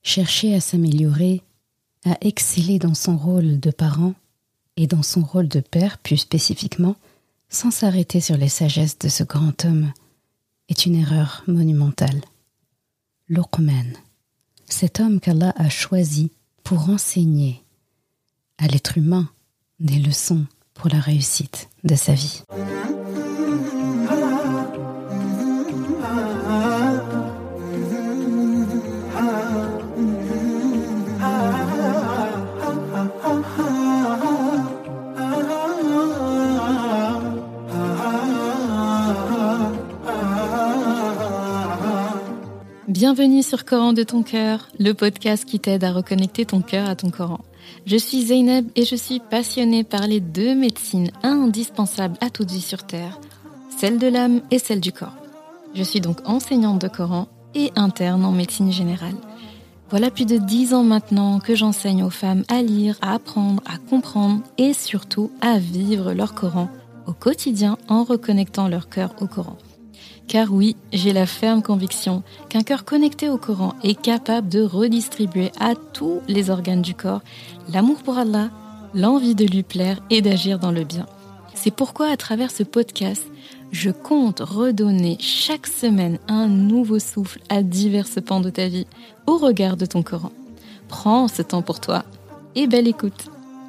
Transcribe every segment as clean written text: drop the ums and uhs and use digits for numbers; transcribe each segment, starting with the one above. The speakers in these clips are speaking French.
chercher à s'améliorer, à exceller dans son rôle de parent et dans son rôle de père plus spécifiquement, sans s'arrêter sur les sagesses de ce grand homme, est une erreur monumentale. Luqman, cet homme qu'Allah a choisi pour enseigner à l'être humain des leçons pour la réussite de sa vie. Bienvenue sur Coran de ton cœur, le podcast qui t'aide à reconnecter ton cœur à ton Coran. Je suis Zeynep et je suis passionnée par les deux médecines indispensables à toute vie sur Terre, celle de l'âme et celle du corps. Je suis donc enseignante de Coran et interne en médecine générale. Voilà plus de 10 ans maintenant que j'enseigne aux femmes à lire, à apprendre, à comprendre et surtout à vivre leur Coran au quotidien en reconnectant leur cœur au Coran. Car oui, j'ai la ferme conviction qu'un cœur connecté au Coran est capable de redistribuer à tous les organes du corps l'amour pour Allah, l'envie de lui plaire et d'agir dans le bien. C'est pourquoi à travers ce podcast, je compte redonner chaque semaine un nouveau souffle à divers pans de ta vie au regard de ton Coran. Prends ce temps pour toi et belle écoute.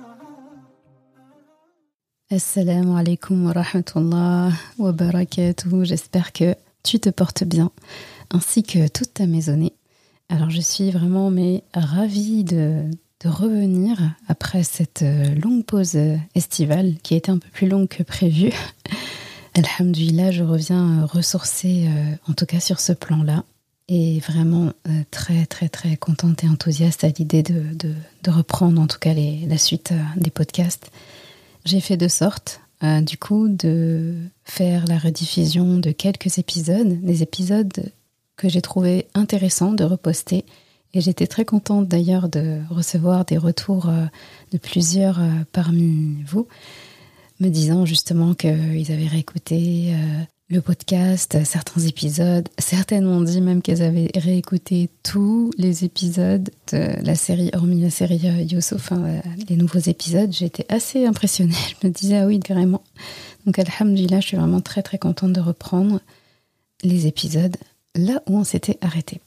Assalamu alaikum wa rahmatullah wa barakatuh. J'espère que tu te portes bien, ainsi que toute ta maisonnée. Alors je suis vraiment ravie de revenir après cette longue pause estivale qui a été un peu plus longue que prévu. Alhamdoulilah, je reviens ressourcée, en tout cas sur ce plan-là, et vraiment très très très contente et enthousiaste à l'idée de reprendre en tout cas la suite des podcasts. J'ai fait de sorte, du coup, de faire la rediffusion de quelques épisodes, des épisodes que j'ai trouvé intéressants de reposter. Et j'étais très contente d'ailleurs de recevoir des retours de plusieurs parmi vous, me disant justement qu'ils avaient réécouté le podcast, certains épisodes. Certaines m'ont dit même qu'elles avaient réécouté tous les épisodes de la série, hormis la série Youssouf, les nouveaux épisodes. J'étais assez impressionnée. Je me disais, ah oui, carrément. Donc, alhamdoulilah, je suis vraiment très très contente de reprendre les épisodes là où on s'était arrêté.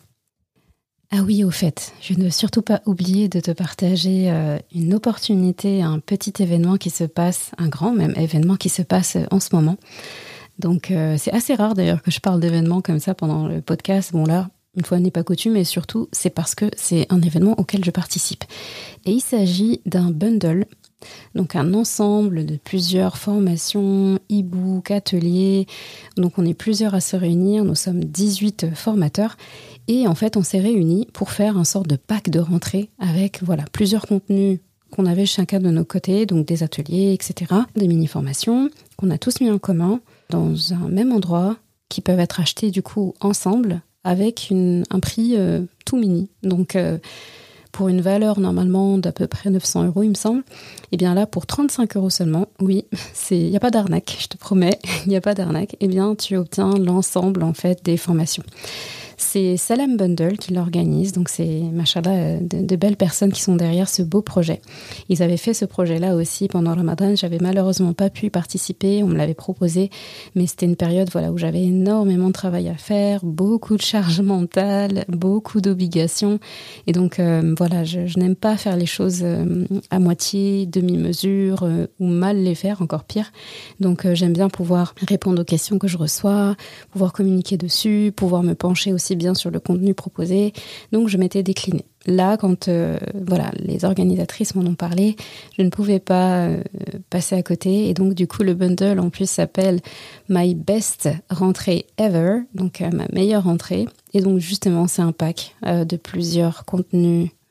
Ah oui, au fait, je ne veux surtout pas oublier de te partager une opportunité, un petit événement qui se passe, un grand même événement qui se passe en ce moment. Donc c'est assez rare d'ailleurs que je parle d'événements comme ça pendant le podcast. Bon là, une fois n'est pas coutume, mais surtout c'est parce que c'est un événement auquel je participe. Et il s'agit d'un bundle, donc un ensemble de plusieurs formations, e-books, ateliers. Donc on est plusieurs à se réunir, nous sommes 18 formateurs. Et en fait on s'est réunis pour faire un sorte de pack de rentrée avec plusieurs contenus qu'on avait chacun de nos côtés, donc des ateliers, etc. Des mini-formations qu'on a tous mis en commun dans un même endroit, qui peuvent être achetés du coup ensemble avec un prix tout mini. Donc pour une valeur normalement d'à peu près 900 €, il me semble, et bien là pour 35 € seulement, oui, il n'y a pas d'arnaque, je te promets, il n'y a pas d'arnaque, et bien tu obtiens l'ensemble en fait des formations. C'est Salam Bundle qui l'organise, donc c'est, machallah, de belles personnes qui sont derrière ce beau projet. Ils avaient fait ce projet-là aussi pendant Ramadan, j'avais malheureusement pas pu y participer, on me l'avait proposé, mais c'était une période où j'avais énormément de travail à faire, beaucoup de charge mentale, beaucoup d'obligations, et donc je n'aime pas faire les choses à moitié, demi-mesure, ou mal les faire, encore pire. Donc j'aime bien pouvoir répondre aux questions que je reçois, pouvoir communiquer dessus, pouvoir me pencher aussi bien sur le contenu proposé. Donc je m'étais déclinée. Là, quand les organisatrices m'en ont parlé, je ne pouvais pas passer à côté. Et donc du coup, le bundle en plus s'appelle My Best Rentrée Ever, donc ma meilleure rentrée. Et donc justement, c'est un pack de plusieurs contenus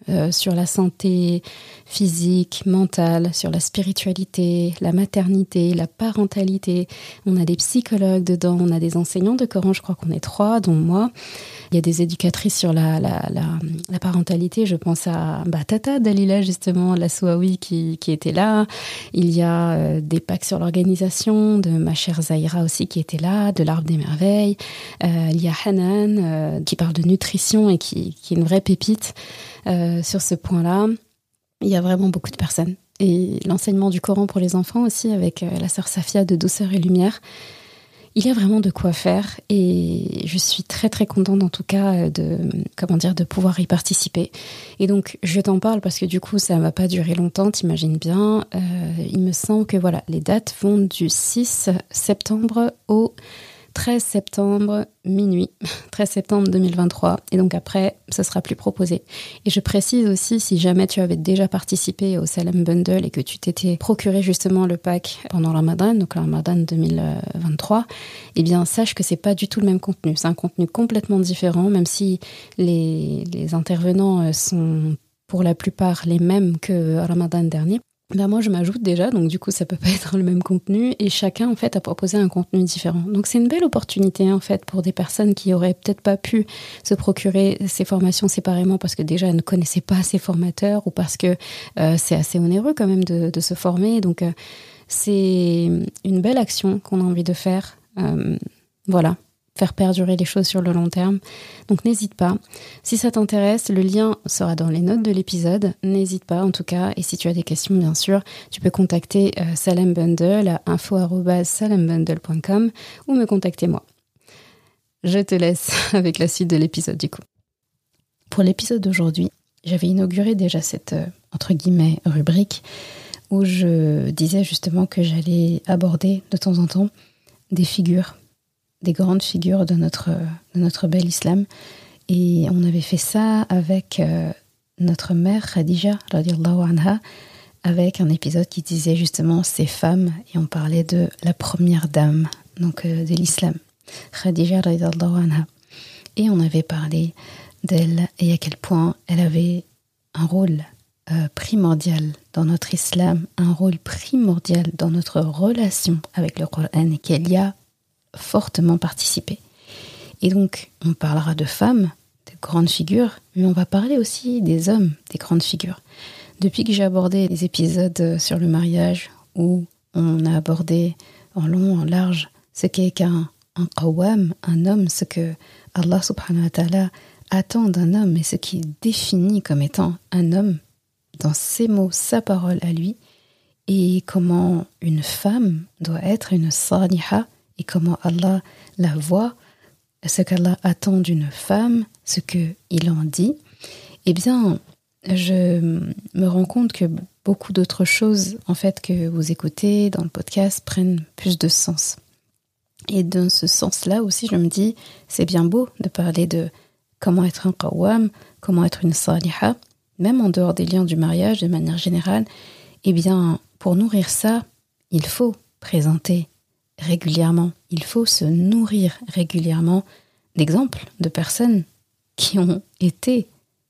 sur la santé physique, mentale, sur la spiritualité, la maternité, la parentalité. On a des psychologues dedans, on a des enseignants de Coran, je crois qu'on est 3, dont moi. Il y a des éducatrices sur la parentalité, je pense à Tata Dalila justement, la Souaoui qui était là. Il y a des packs sur l'organisation, de ma chère Zahira aussi qui était là, de l'Arbre des Merveilles. Il y a Hanan qui parle de nutrition et qui est une vraie pépite sur ce point-là. Il y a vraiment beaucoup de personnes. Et l'enseignement du Coran pour les enfants aussi avec la sœur Safia de Douceur et Lumière. Il y a vraiment de quoi faire et je suis très très contente en tout cas de pouvoir y participer. Et donc je t'en parle parce que du coup ça ne va pas durer longtemps, t'imagines bien. Il me semble que voilà, les dates vont du 6 septembre au 13 septembre minuit, 13 septembre 2023. Et donc après, ce sera plus proposé. Et je précise aussi, si jamais tu avais déjà participé au Salam Bundle et que tu t'étais procuré justement le pack pendant le Ramadan, donc le Ramadan 2023, eh bien sache que c'est pas du tout le même contenu. C'est un contenu complètement différent, même si les intervenants sont pour la plupart les mêmes que Ramadan dernier. Moi je m'ajoute déjà, donc du coup ça peut pas être le même contenu et chacun en fait a proposé un contenu différent. Donc c'est une belle opportunité en fait pour des personnes qui auraient peut-être pas pu se procurer ces formations séparément parce que déjà elles ne connaissaient pas ces formateurs ou parce que c'est assez onéreux quand même de se former. Donc c'est une belle action qu'on a envie de faire. Voilà. Faire perdurer les choses sur le long terme. Donc n'hésite pas. Si ça t'intéresse, le lien sera dans les notes de l'épisode. N'hésite pas en tout cas. Et si tu as des questions, bien sûr, tu peux contacter Salam Bundle à info@salambundle.com ou me contacter moi. Je te laisse avec la suite de l'épisode du coup. Pour l'épisode d'aujourd'hui, j'avais inauguré déjà cette entre guillemets rubrique où je disais justement que j'allais aborder de temps en temps des figures, des grandes figures de notre bel islam. Et on avait fait ça avec notre mère Khadija, radiallahu anha, avec un épisode qui disait justement ces femmes, et on parlait de la première dame donc de l'islam, Khadija, radiallahu anha. Et on avait parlé d'elle et à quel point elle avait un rôle primordial dans notre islam, un rôle primordial dans notre relation avec le Coran et qu'elle y a fortement participé. Et donc, on parlera de femmes, de grandes figures, mais on va parler aussi des hommes, des grandes figures. Depuis que j'ai abordé les épisodes sur le mariage, où on a abordé en long, en large, ce qu'est qu'un qawwam, un homme, ce que Allah subhanahu wa ta'ala attend d'un homme et ce qu'il définit comme étant un homme, dans ses mots, sa parole à lui, et comment une femme doit être une saliha, et comment Allah la voit, ce qu'Allah attend d'une femme, ce qu'il en dit, eh bien, je me rends compte que beaucoup d'autres choses, en fait, que vous écoutez dans le podcast prennent plus de sens. Et dans ce sens-là aussi, je me dis, c'est bien beau de parler de comment être un qawwam, comment être une saliha, même en dehors des liens du mariage, de manière générale. Eh bien, pour nourrir ça, il faut présenter régulièrement. Il faut se nourrir régulièrement d'exemples de personnes qui ont été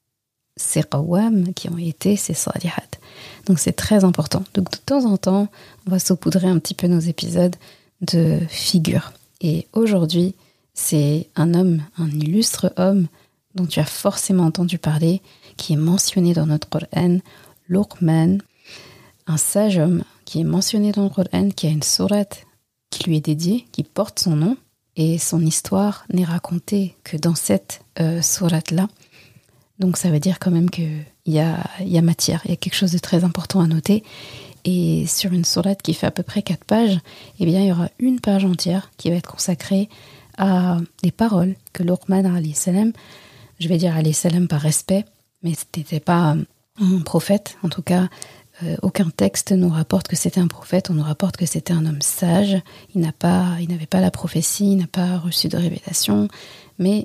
ces qawwam, qui ont été ces salihat. Donc c'est très important. Donc de temps en temps, on va saupoudrer un petit peu nos épisodes de figures. Et aujourd'hui, c'est un homme, un illustre homme dont tu as forcément entendu parler, qui est mentionné dans notre Coran, Luqman, un sage homme qui est mentionné dans le Coran, qui a une sourate qui lui est dédiée, qui porte son nom, et son histoire n'est racontée que dans cette sourate-là. Donc ça veut dire quand même qu'il y a matière, il y a quelque chose de très important à noter. Et sur une sourate qui fait à peu près 4 pages, eh bien, il y aura une page entière qui va être consacrée à des paroles que Luqman alayhi salam, je vais dire alayhi salam par respect, mais ce n'était pas un prophète, en tout cas. Aucun texte nous rapporte que c'était un prophète, on nous rapporte que c'était un homme sage, il n'avait pas la prophétie, il n'a pas reçu de révélation, mais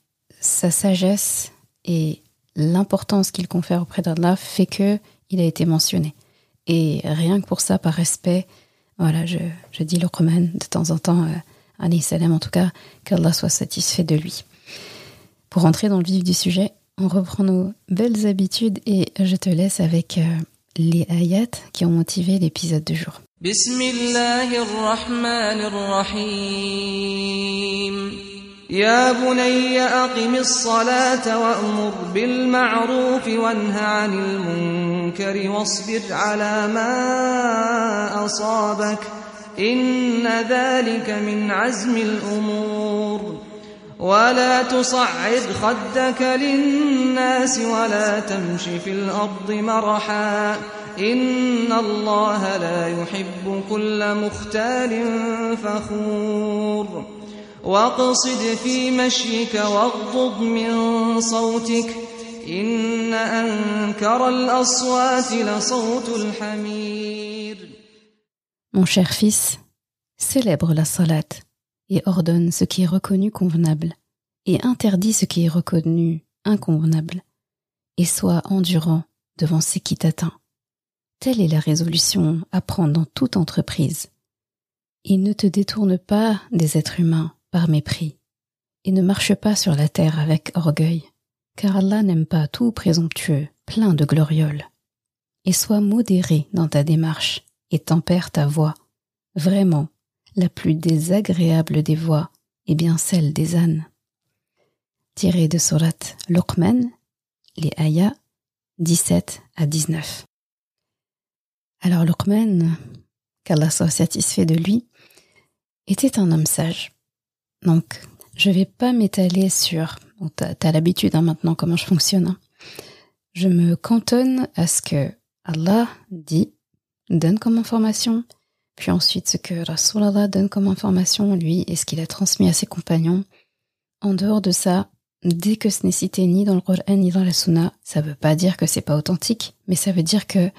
sa sagesse et l'importance qu'il confère auprès d'Allah fait qu'il a été mentionné. Et rien que pour ça, par respect, voilà, je dis le Luqman de temps en temps, alayhi salam en tout cas, qu'Allah soit satisfait de lui. Pour rentrer dans le vif du sujet, on reprend nos belles habitudes et je te laisse avec les ayats qui ont motivé l'épisode du jour. Bismillahirrahmanirrahim. Ya bunayya aqimis salata wa'mur bil ma'ruf wanha 'anil munkari wasbir 'ala ma asabak. Inna dhalika min 'azmil umur. ولا تصعد خدك للناس ولا تمش في الأرض مرحا إن الله لا يحب كل مختال فخور واقصد في مشيك واغضض من صوتك إن أنكر الأصوات لصوت الحمير. Mon cher fils, célèbre la salat et ordonne ce qui est reconnu convenable, et interdit ce qui est reconnu inconvenable, et sois endurant devant ce qui t'atteint. Telle est la résolution à prendre dans toute entreprise. Et ne te détourne pas des êtres humains par mépris, et ne marche pas sur la terre avec orgueil, car Allah n'aime pas tout présomptueux, plein de glorioles. Et sois modéré dans ta démarche, et tempère ta voix. Vraiment, la plus désagréable des voix est bien celle des ânes. Tiré de Surat Luqman, les ayats 17 à 19. Alors Luqman, qu'Allah soit satisfait de lui, était un homme sage. Donc, je vais pas m'étaler sur... Bon, t'as l'habitude maintenant comment je fonctionne. Je me cantonne à ce que Allah dit, donne comme information, puis ensuite ce que Rasulallah donne comme information, lui, et ce qu'il a transmis à ses compagnons. En dehors de ça, dès que ce n'est cité ni dans le Coran ni dans la Sunna, ça veut pas dire que c'est pas authentique, mais ça veut dire que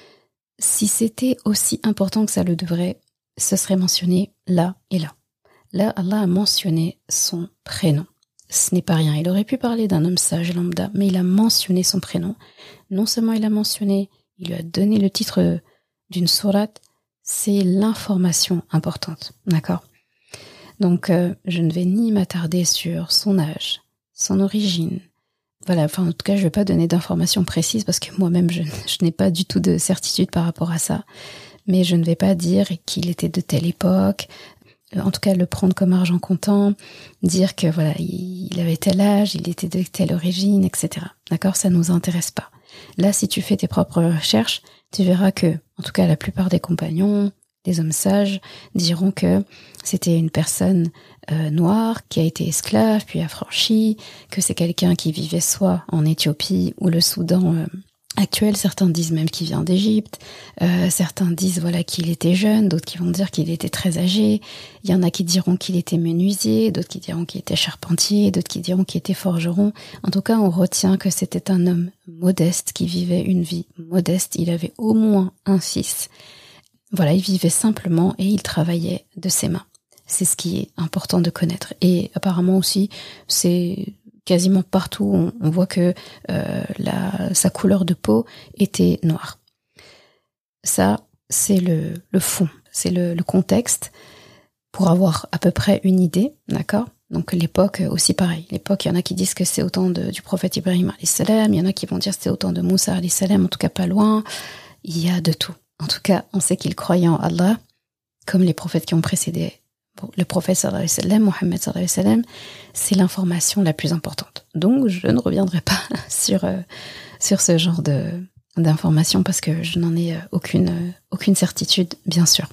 si c'était aussi important que ça le devrait, ce serait mentionné là et là. Là, Allah a mentionné son prénom. Ce n'est pas rien. Il aurait pu parler d'un homme sage lambda, mais il a mentionné son prénom. Non seulement il a mentionné, il lui a donné le titre d'une sourate, c'est l'information importante, d'accord ? Donc, je ne vais ni m'attarder sur son âge, son origine. Voilà, enfin, en tout cas, je ne vais pas donner d'informations précises parce que moi-même, je n'ai pas du tout de certitude par rapport à ça. Mais je ne vais pas dire qu'il était de telle époque, en tout cas, le prendre comme argent comptant, dire que voilà, il avait tel âge, il était de telle origine, etc. D'accord ? Ça ne nous intéresse pas. Là, si tu fais tes propres recherches, tu verras que, en tout cas, la plupart des compagnons, des hommes sages, diront que c'était une personne noire qui a été esclave, puis affranchie, que c'est quelqu'un qui vivait soit en Éthiopie ou le Soudan actuel. Certains disent même qu'il vient d'Égypte. Certains disent voilà qu'il était jeune, d'autres qui vont dire qu'il était très âgé. Il y en a qui diront qu'il était menuisier, d'autres qui diront qu'il était charpentier, d'autres qui diront qu'il était forgeron. En tout cas, on retient que c'était un homme modeste qui vivait une vie modeste. Il avait au moins un fils. Voilà, il vivait simplement et il travaillait de ses mains. C'est ce qui est important de connaître. Et apparemment aussi, c'est quasiment partout, on voit que sa couleur de peau était noire. Ça, c'est le fond, c'est le contexte pour avoir à peu près une idée, d'accord ? Donc l'époque aussi pareil. L'époque, il y en a qui disent que c'est au temps du prophète Ibrahim alayhi salam, il y en a qui vont dire que c'est au temps de Moussa alayhi salam, en tout cas pas loin. Il y a de tout. En tout cas, on sait qu'il croyait en Allah, comme les prophètes qui ont précédé. Bon, le prophète sallallahu alayhi wa sallam, Mohammed sallallahu alayhi wa sallam, c'est l'information la plus importante. Donc, je ne reviendrai pas sur ce genre d'informations parce que je n'en ai aucune certitude, bien sûr.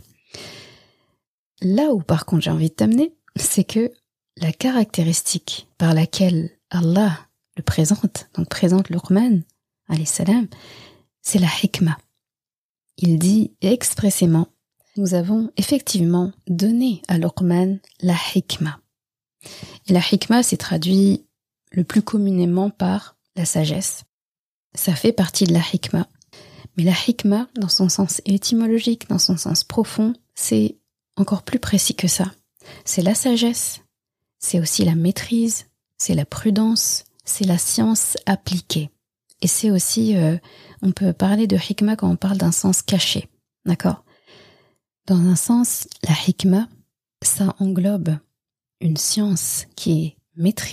Là où, par contre, j'ai envie de t'amener, c'est que la caractéristique par laquelle Allah le présente Luqman alayhi salam, c'est la hikmah. Il dit expressément: nous avons effectivement donné à Luqman la hikmah. Et la hikmah s'est traduit le plus communément par la sagesse. Ça fait partie de la hikmah. Mais la hikmah, dans son sens étymologique, dans son sens profond, c'est encore plus précis que ça. C'est la sagesse, c'est aussi la maîtrise, c'est la prudence, c'est la science appliquée. Et c'est aussi, on peut parler de hikmah quand on parle d'un sens caché, d'accord ? Dans un sens, la hikmah, ça englobe une science qui est maîtrisée,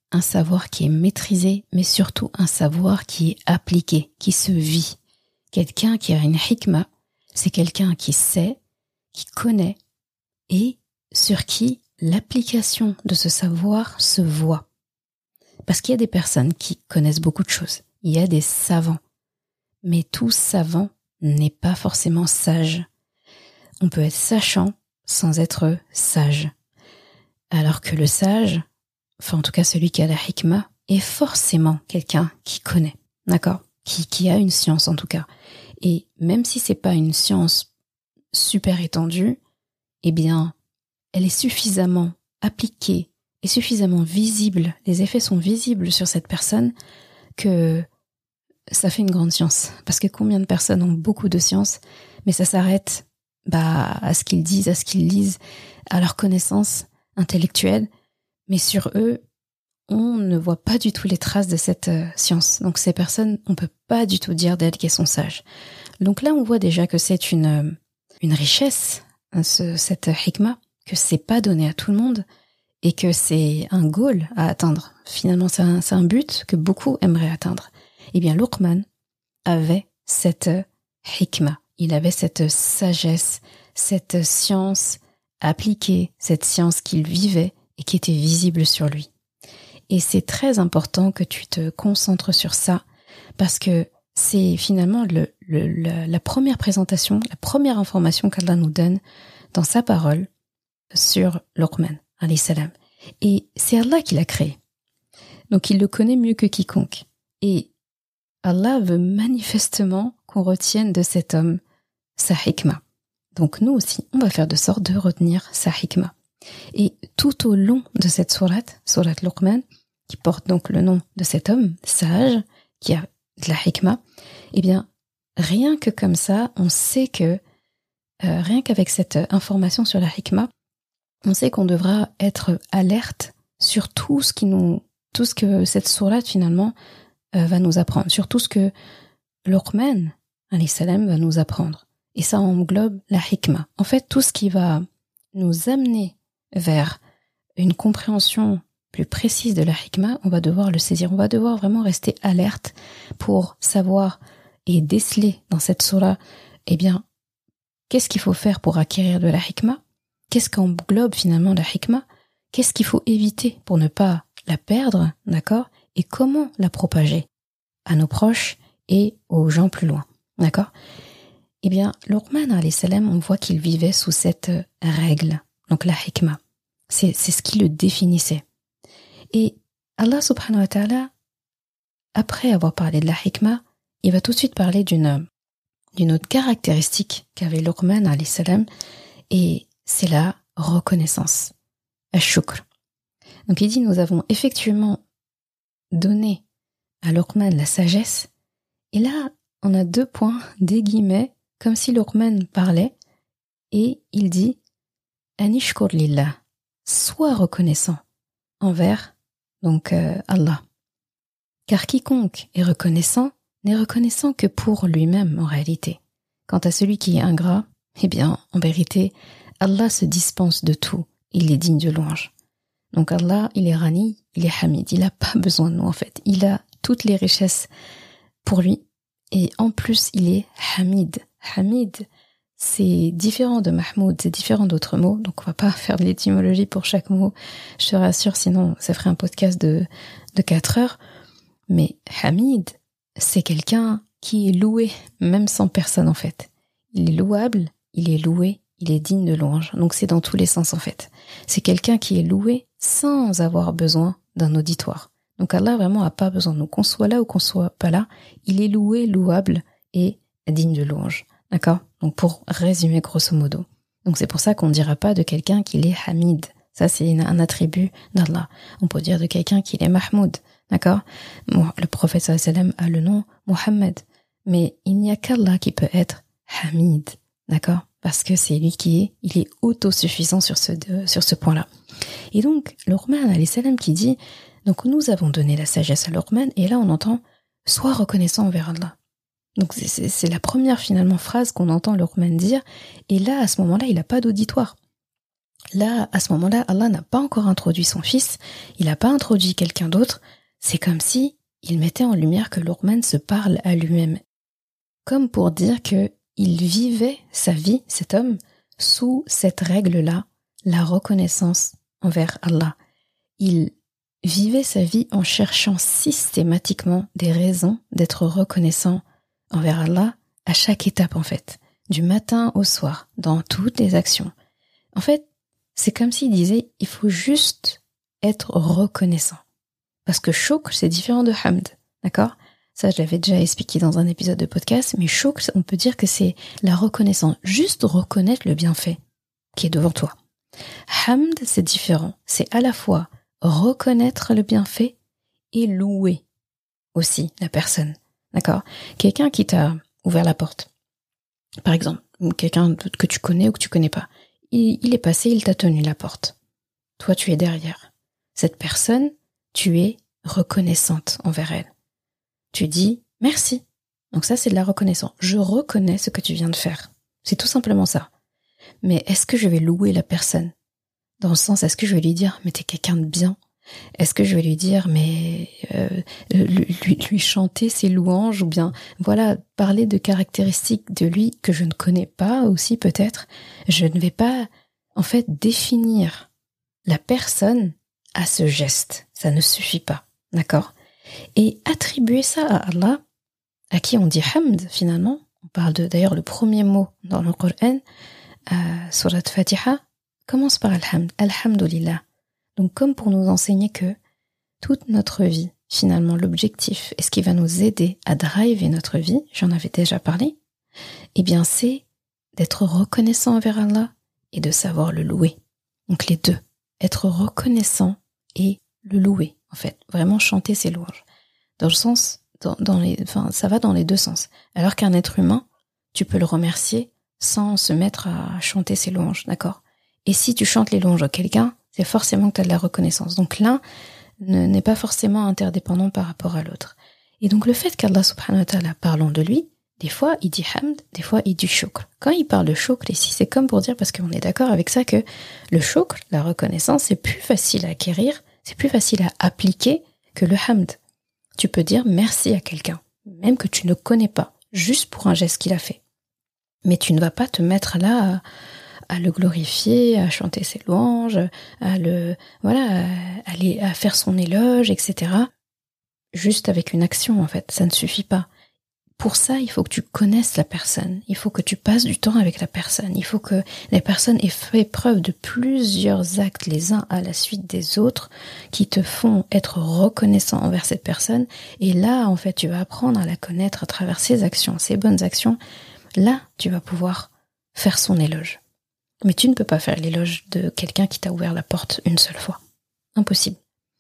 un savoir qui est maîtrisé, mais surtout un savoir qui est appliqué, qui se vit. Quelqu'un qui a une hikma, c'est quelqu'un qui sait, qui connaît et sur qui l'application de ce savoir se voit. Parce qu'il y a des personnes qui connaissent beaucoup de choses, il y a des savants, mais tout savant n'est pas forcément sage. On peut être sachant sans être sage. Alors que le sage, enfin en tout cas celui qui a la hikma, est forcément quelqu'un qui connaît, d'accord ? Qui a une science en tout cas. Et même si c'est pas une science super étendue, eh bien, elle est suffisamment appliquée et suffisamment visible, les effets sont visibles sur cette personne que ça fait une grande science. Parce que combien de personnes ont beaucoup de science, mais ça s'arrête à ce qu'ils disent, à ce qu'ils lisent, à leur connaissance intellectuelle, mais sur eux, on ne voit pas du tout les traces de cette science. Donc ces personnes, on peut pas du tout dire d'elles qu'elles sont sages. Donc là, on voit déjà que c'est une richesse, cette hikma, que c'est pas donné à tout le monde et que c'est un goal à atteindre. Finalement, c'est un but que beaucoup aimeraient atteindre. Eh bien, Luqman avait cette hikma. Il avait cette sagesse, cette science appliquée, cette science qu'il vivait et qui était visible sur lui. Et c'est très important que tu te concentres sur ça parce que c'est finalement la première présentation, la première information qu'Allah nous donne dans sa parole sur Luqman, alayhi salam. Et c'est Allah qui l'a créé. Donc il le connaît mieux que quiconque. Et Allah veut manifestement qu'on retienne de cet homme sa hikma. Donc nous aussi, on va faire de sorte de retenir sa hikma. Et tout au long de cette sourate Luqman, qui porte donc le nom de cet homme sage, qui a de la hikma, eh bien, rien que comme ça, on sait que, rien qu'avec cette information sur la hikma, on sait qu'on devra être alerte sur tout ce que cette sourate finalement va nous apprendre, sur tout ce que Luqman, alayhi salam, va nous apprendre. Et ça englobe la hikma. En fait, tout ce qui va nous amener vers une compréhension plus précise de la hikma, on va devoir le saisir. On va devoir vraiment rester alerte pour savoir et déceler dans cette sourate, eh bien, qu'est-ce qu'il faut faire pour acquérir de la hikma? Qu'est-ce qu'englobe finalement la hikma? Qu'est-ce qu'il faut éviter pour ne pas la perdre, d'accord? Et comment la propager à nos proches et aux gens plus loin, d'accord? Eh bien, Luqman alayhi salam, on voit qu'il vivait sous cette règle, donc la hikma. C'est ce qui le définissait. Et Allah subhanahu wa ta'ala, après avoir parlé de la hikma, il va tout de suite parler d'une autre caractéristique qu'avait Luqman alayhi salam, et c'est la reconnaissance, ash-shukr. Donc il dit, nous avons effectivement donné à Luqman la sagesse, et là, on a 2 points, des guillemets, comme si Luqman parlait, et il dit, anishkur lillah, sois reconnaissant envers donc Allah. Car quiconque est reconnaissant n'est reconnaissant que pour lui-même en réalité. Quant à celui qui est ingrat, eh bien, en vérité, Allah se dispense de tout, il est digne de louange. Donc Allah, il est Rani, il est Hamid, il n'a pas besoin de nous en fait. Il a toutes les richesses pour lui, et en plus, il est Hamid. Hamid, c'est différent de Mahmoud, c'est différent d'autres mots, donc on va pas faire de l'étymologie pour chaque mot, je te rassure, sinon ça ferait un podcast de 4 heures. Mais Hamid, c'est quelqu'un qui est loué, même sans personne en fait. Il est louable, il est loué, il est digne de louange, donc c'est dans tous les sens en fait. C'est quelqu'un qui est loué sans avoir besoin d'un auditoire. Donc Allah vraiment a pas besoin de nous, qu'on soit là ou qu'on soit pas là, il est loué, louable et digne de louange. D'accord? Donc pour résumer grosso modo. Donc c'est pour ça qu'on ne dira pas de quelqu'un qu'il est Hamid. Ça c'est un attribut d'Allah. On peut dire de quelqu'un qu'il est Mahmoud. D'accord? Bon, le prophète sallallahu alayhi wa sallam a le nom Mohammed. Mais il n'y a qu'Allah qui peut être Hamid. D'accord? Parce que c'est lui il est autosuffisant sur ce point-là. Et donc, Luqman alayhi salam qui dit, donc nous avons donné la sagesse à Luqman, et là on entend, sois reconnaissant envers Allah. Donc c'est la première finalement phrase qu'on entend Luqman dire, et là à ce moment-là il n'a pas d'auditoire. Là, à ce moment-là, Allah n'a pas encore introduit son fils, il n'a pas introduit quelqu'un d'autre, c'est comme si il mettait en lumière que Luqman se parle à lui-même. Comme pour dire que il vivait sa vie, cet homme, sous cette règle-là, la reconnaissance envers Allah. Il vivait sa vie en cherchant systématiquement des raisons d'être reconnaissant envers Allah à chaque étape en fait, du matin au soir, dans toutes les actions. En fait, c'est comme s'il disait, il faut juste être reconnaissant. Parce que shukr, c'est différent de hamd, d'accord ? Ça, je l'avais déjà expliqué dans un épisode de podcast, mais shukr, on peut dire que c'est la reconnaissance, juste reconnaître le bienfait qui est devant toi. Hamd, c'est différent, c'est à la fois reconnaître le bienfait et louer aussi la personne, d'accord ? Quelqu'un qui t'a ouvert la porte, par exemple, ou quelqu'un que tu connais ou que tu connais pas, il est passé, il t'a tenu la porte. Toi, tu es derrière. Cette personne, tu es reconnaissante envers elle. Tu dis merci. Donc ça, c'est de la reconnaissance. Je reconnais ce que tu viens de faire. C'est tout simplement ça. Mais est-ce que je vais louer la personne ? Dans le sens, est-ce que je vais lui dire, mais t'es quelqu'un de bien ? Est-ce que je vais lui dire, mais lui chanter ses louanges, ou bien, voilà, parler de caractéristiques de lui que je ne connais pas aussi peut-être. Je ne vais pas, en fait, définir la personne à ce geste. Ça ne suffit pas, d'accord ? Et attribuer ça à Allah, à qui on dit hamd finalement. On parle d'ailleurs, le premier mot dans le Coran, Surat Fatiha, commence par Alhamd, Alhamdulillah. Donc comme pour nous enseigner que toute notre vie, finalement l'objectif et ce qui va nous aider à driver notre vie, j'en avais déjà parlé, eh bien c'est d'être reconnaissant envers Allah et de savoir le louer. Donc les deux, être reconnaissant et le louer, en fait, vraiment chanter ses louanges. Dans le sens, ça va dans les deux sens. Alors qu'un être humain, tu peux le remercier sans se mettre à chanter ses louanges, d'accord ? Et si tu chantes les louanges à quelqu'un, c'est forcément que tu as de la reconnaissance. Donc l'un n'est pas forcément interdépendant par rapport à l'autre. Et donc le fait qu'Allah subhanahu wa ta'ala, parlant de lui, des fois il dit hamd, des fois il dit shukr. Quand il parle de shukr ici, c'est comme pour dire, parce qu'on est d'accord avec ça, que le shukr, la reconnaissance, c'est plus facile à acquérir, c'est plus facile à appliquer que le hamd. Tu peux dire merci à quelqu'un, même que tu ne connais pas, juste pour un geste qu'il a fait. Mais tu ne vas pas te mettre là à le glorifier, à chanter ses louanges, à faire son éloge, etc. Juste avec une action, en fait, ça ne suffit pas. Pour ça, il faut que tu connaisses la personne, il faut que tu passes du temps avec la personne, il faut que la personne ait fait preuve de plusieurs actes les uns à la suite des autres qui te font être reconnaissant envers cette personne. Et là, en fait, tu vas apprendre à la connaître à travers ses actions, ses bonnes actions. Là, tu vas pouvoir faire son éloge. Mais tu ne peux pas faire l'éloge de quelqu'un qui t'a ouvert la porte une seule fois. Impossible.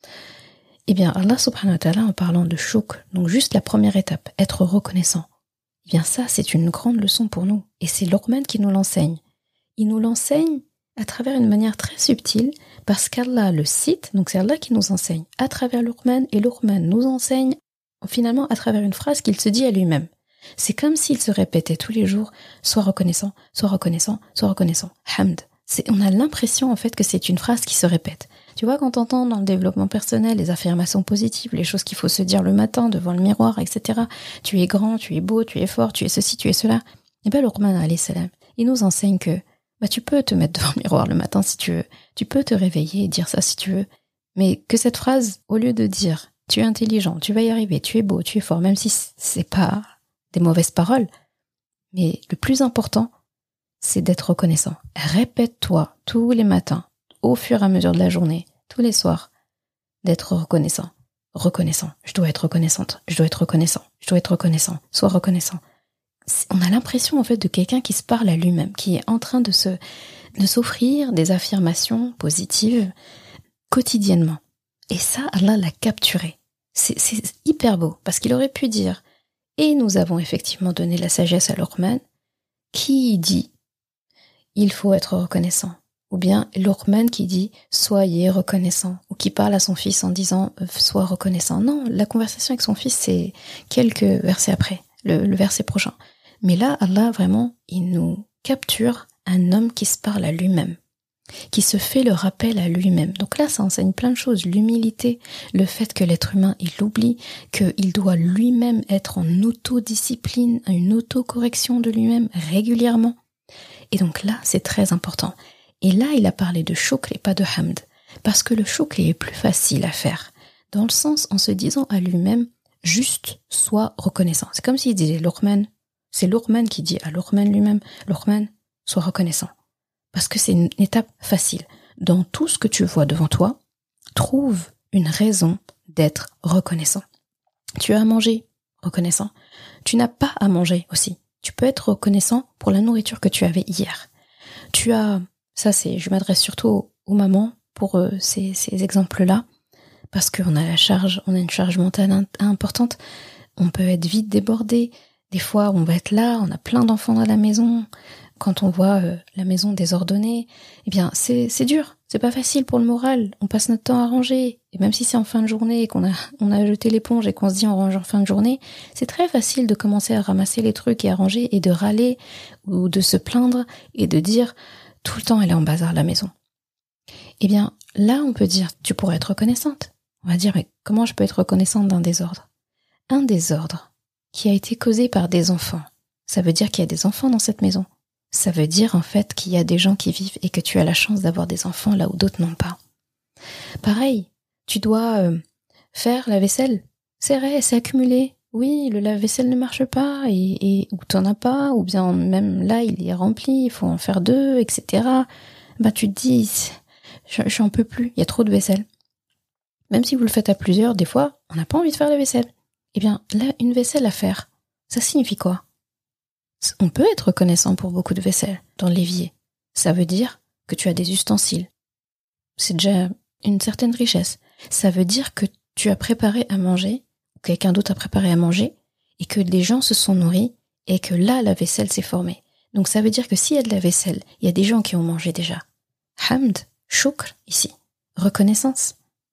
Eh bien, Allah subhanahu wa ta'ala, en parlant de shukr, donc juste la première étape, être reconnaissant, eh bien ça, c'est une grande leçon pour nous. Et c'est Luqman qui nous l'enseigne. Il nous l'enseigne à travers une manière très subtile, parce qu'Allah le cite, donc c'est Allah qui nous enseigne à travers Luqman, et Luqman nous enseigne finalement à travers une phrase qu'il se dit à lui-même. C'est comme s'il se répétait tous les jours, sois reconnaissant, sois reconnaissant, sois reconnaissant. Hamd. On a l'impression en fait que c'est une phrase qui se répète. Tu vois, quand t'entends dans le développement personnel les affirmations positives, les choses qu'il faut se dire le matin devant le miroir, etc. Tu es grand, tu es beau, tu es fort, tu es ceci, tu es cela. Et bien Luqman alayhi salam, il nous enseigne que tu peux te mettre devant le miroir le matin si tu veux. Tu peux te réveiller et dire ça si tu veux. Mais que cette phrase, au lieu de dire tu es intelligent, tu vas y arriver, tu es beau, tu es fort, même si c'est pas des mauvaises paroles, mais le plus important, c'est d'être reconnaissant. Répète-toi tous les matins, au fur et à mesure de la journée, tous les soirs, d'être reconnaissant. Reconnaissant. Je dois être reconnaissante. Je dois être reconnaissant. Je dois être reconnaissant. Sois reconnaissant. On a l'impression, en fait, de quelqu'un qui se parle à lui-même, qui est en train de s'offrir des affirmations positives quotidiennement. Et ça, Allah l'a capturé. C'est hyper beau, parce qu'il aurait pu dire, et nous avons effectivement donné la sagesse à Luqman, qui dit il faut être reconnaissant, ou bien Luqman qui dit soyez reconnaissant, ou qui parle à son fils en disant sois reconnaissant. Non, la conversation avec son fils c'est quelques versets après, le verset prochain. Mais là, Allah vraiment, il nous capture un homme qui se parle à lui-même. qui se fait le rappel à lui-même. Donc là, ça enseigne plein de choses. L'humilité, le fait que l'être humain, il oublie qu'il doit lui-même être en autodiscipline, une autocorrection de lui-même régulièrement. Et donc là, c'est très important. Et là, il a parlé de shukr et pas de hamd. Parce que le shukr est plus facile à faire. Dans le sens, en se disant à lui-même, juste sois reconnaissant. C'est comme s'il disait Luqman. C'est Luqman qui dit à Luqman lui-même, Luqman, sois reconnaissant. Parce que c'est une étape facile. Dans tout ce que tu vois devant toi, trouve une raison d'être reconnaissant. Tu as à manger, reconnaissant. Tu n'as pas à manger aussi. Tu peux être reconnaissant pour la nourriture que tu avais hier. Je m'adresse surtout aux mamans pour ces exemples-là, parce qu'on a une charge mentale importante. On peut être vite débordé. Des fois, on va être là, on a plein d'enfants dans la maison. Quand on voit la maison désordonnée, eh bien, c'est dur. C'est pas facile pour le moral. On passe notre temps à ranger. Et même si c'est en fin de journée et qu'on a jeté l'éponge et qu'on se dit on range en fin de journée, c'est très facile de commencer à ramasser les trucs et à ranger et de râler ou de se plaindre et de dire tout le temps elle est en bazar la maison. Eh bien, là, on peut dire tu pourrais être reconnaissante. On va dire mais comment je peux être reconnaissante d'un désordre? Un désordre qui a été causé par des enfants. Ça veut dire qu'il y a des enfants dans cette maison. Ça veut dire en fait qu'il y a des gens qui vivent et que tu as la chance d'avoir des enfants là où d'autres n'ont pas. Pareil, tu dois faire la vaisselle. C'est vrai, c'est accumulé. Oui, le lave-vaisselle ne marche pas ou t'en as pas, ou bien même là il est rempli, il faut en faire 2, etc. Bah tu te dis, j'en peux plus, il y a trop de vaisselle. Même si vous le faites à plusieurs, des fois, on n'a pas envie de faire la vaisselle. Eh bien, là, une vaisselle à faire, ça signifie quoi? On peut être reconnaissant pour beaucoup de vaisselle dans l'évier. Ça veut dire que tu as des ustensiles. C'est déjà une certaine richesse. Ça veut dire que tu as préparé à manger, ou quelqu'un d'autre a préparé à manger, et que les gens se sont nourris, et que là, la vaisselle s'est formée. Donc ça veut dire que s'il y a de la vaisselle, il y a des gens qui ont mangé déjà. Hamd, shukr, ici. Reconnaissance.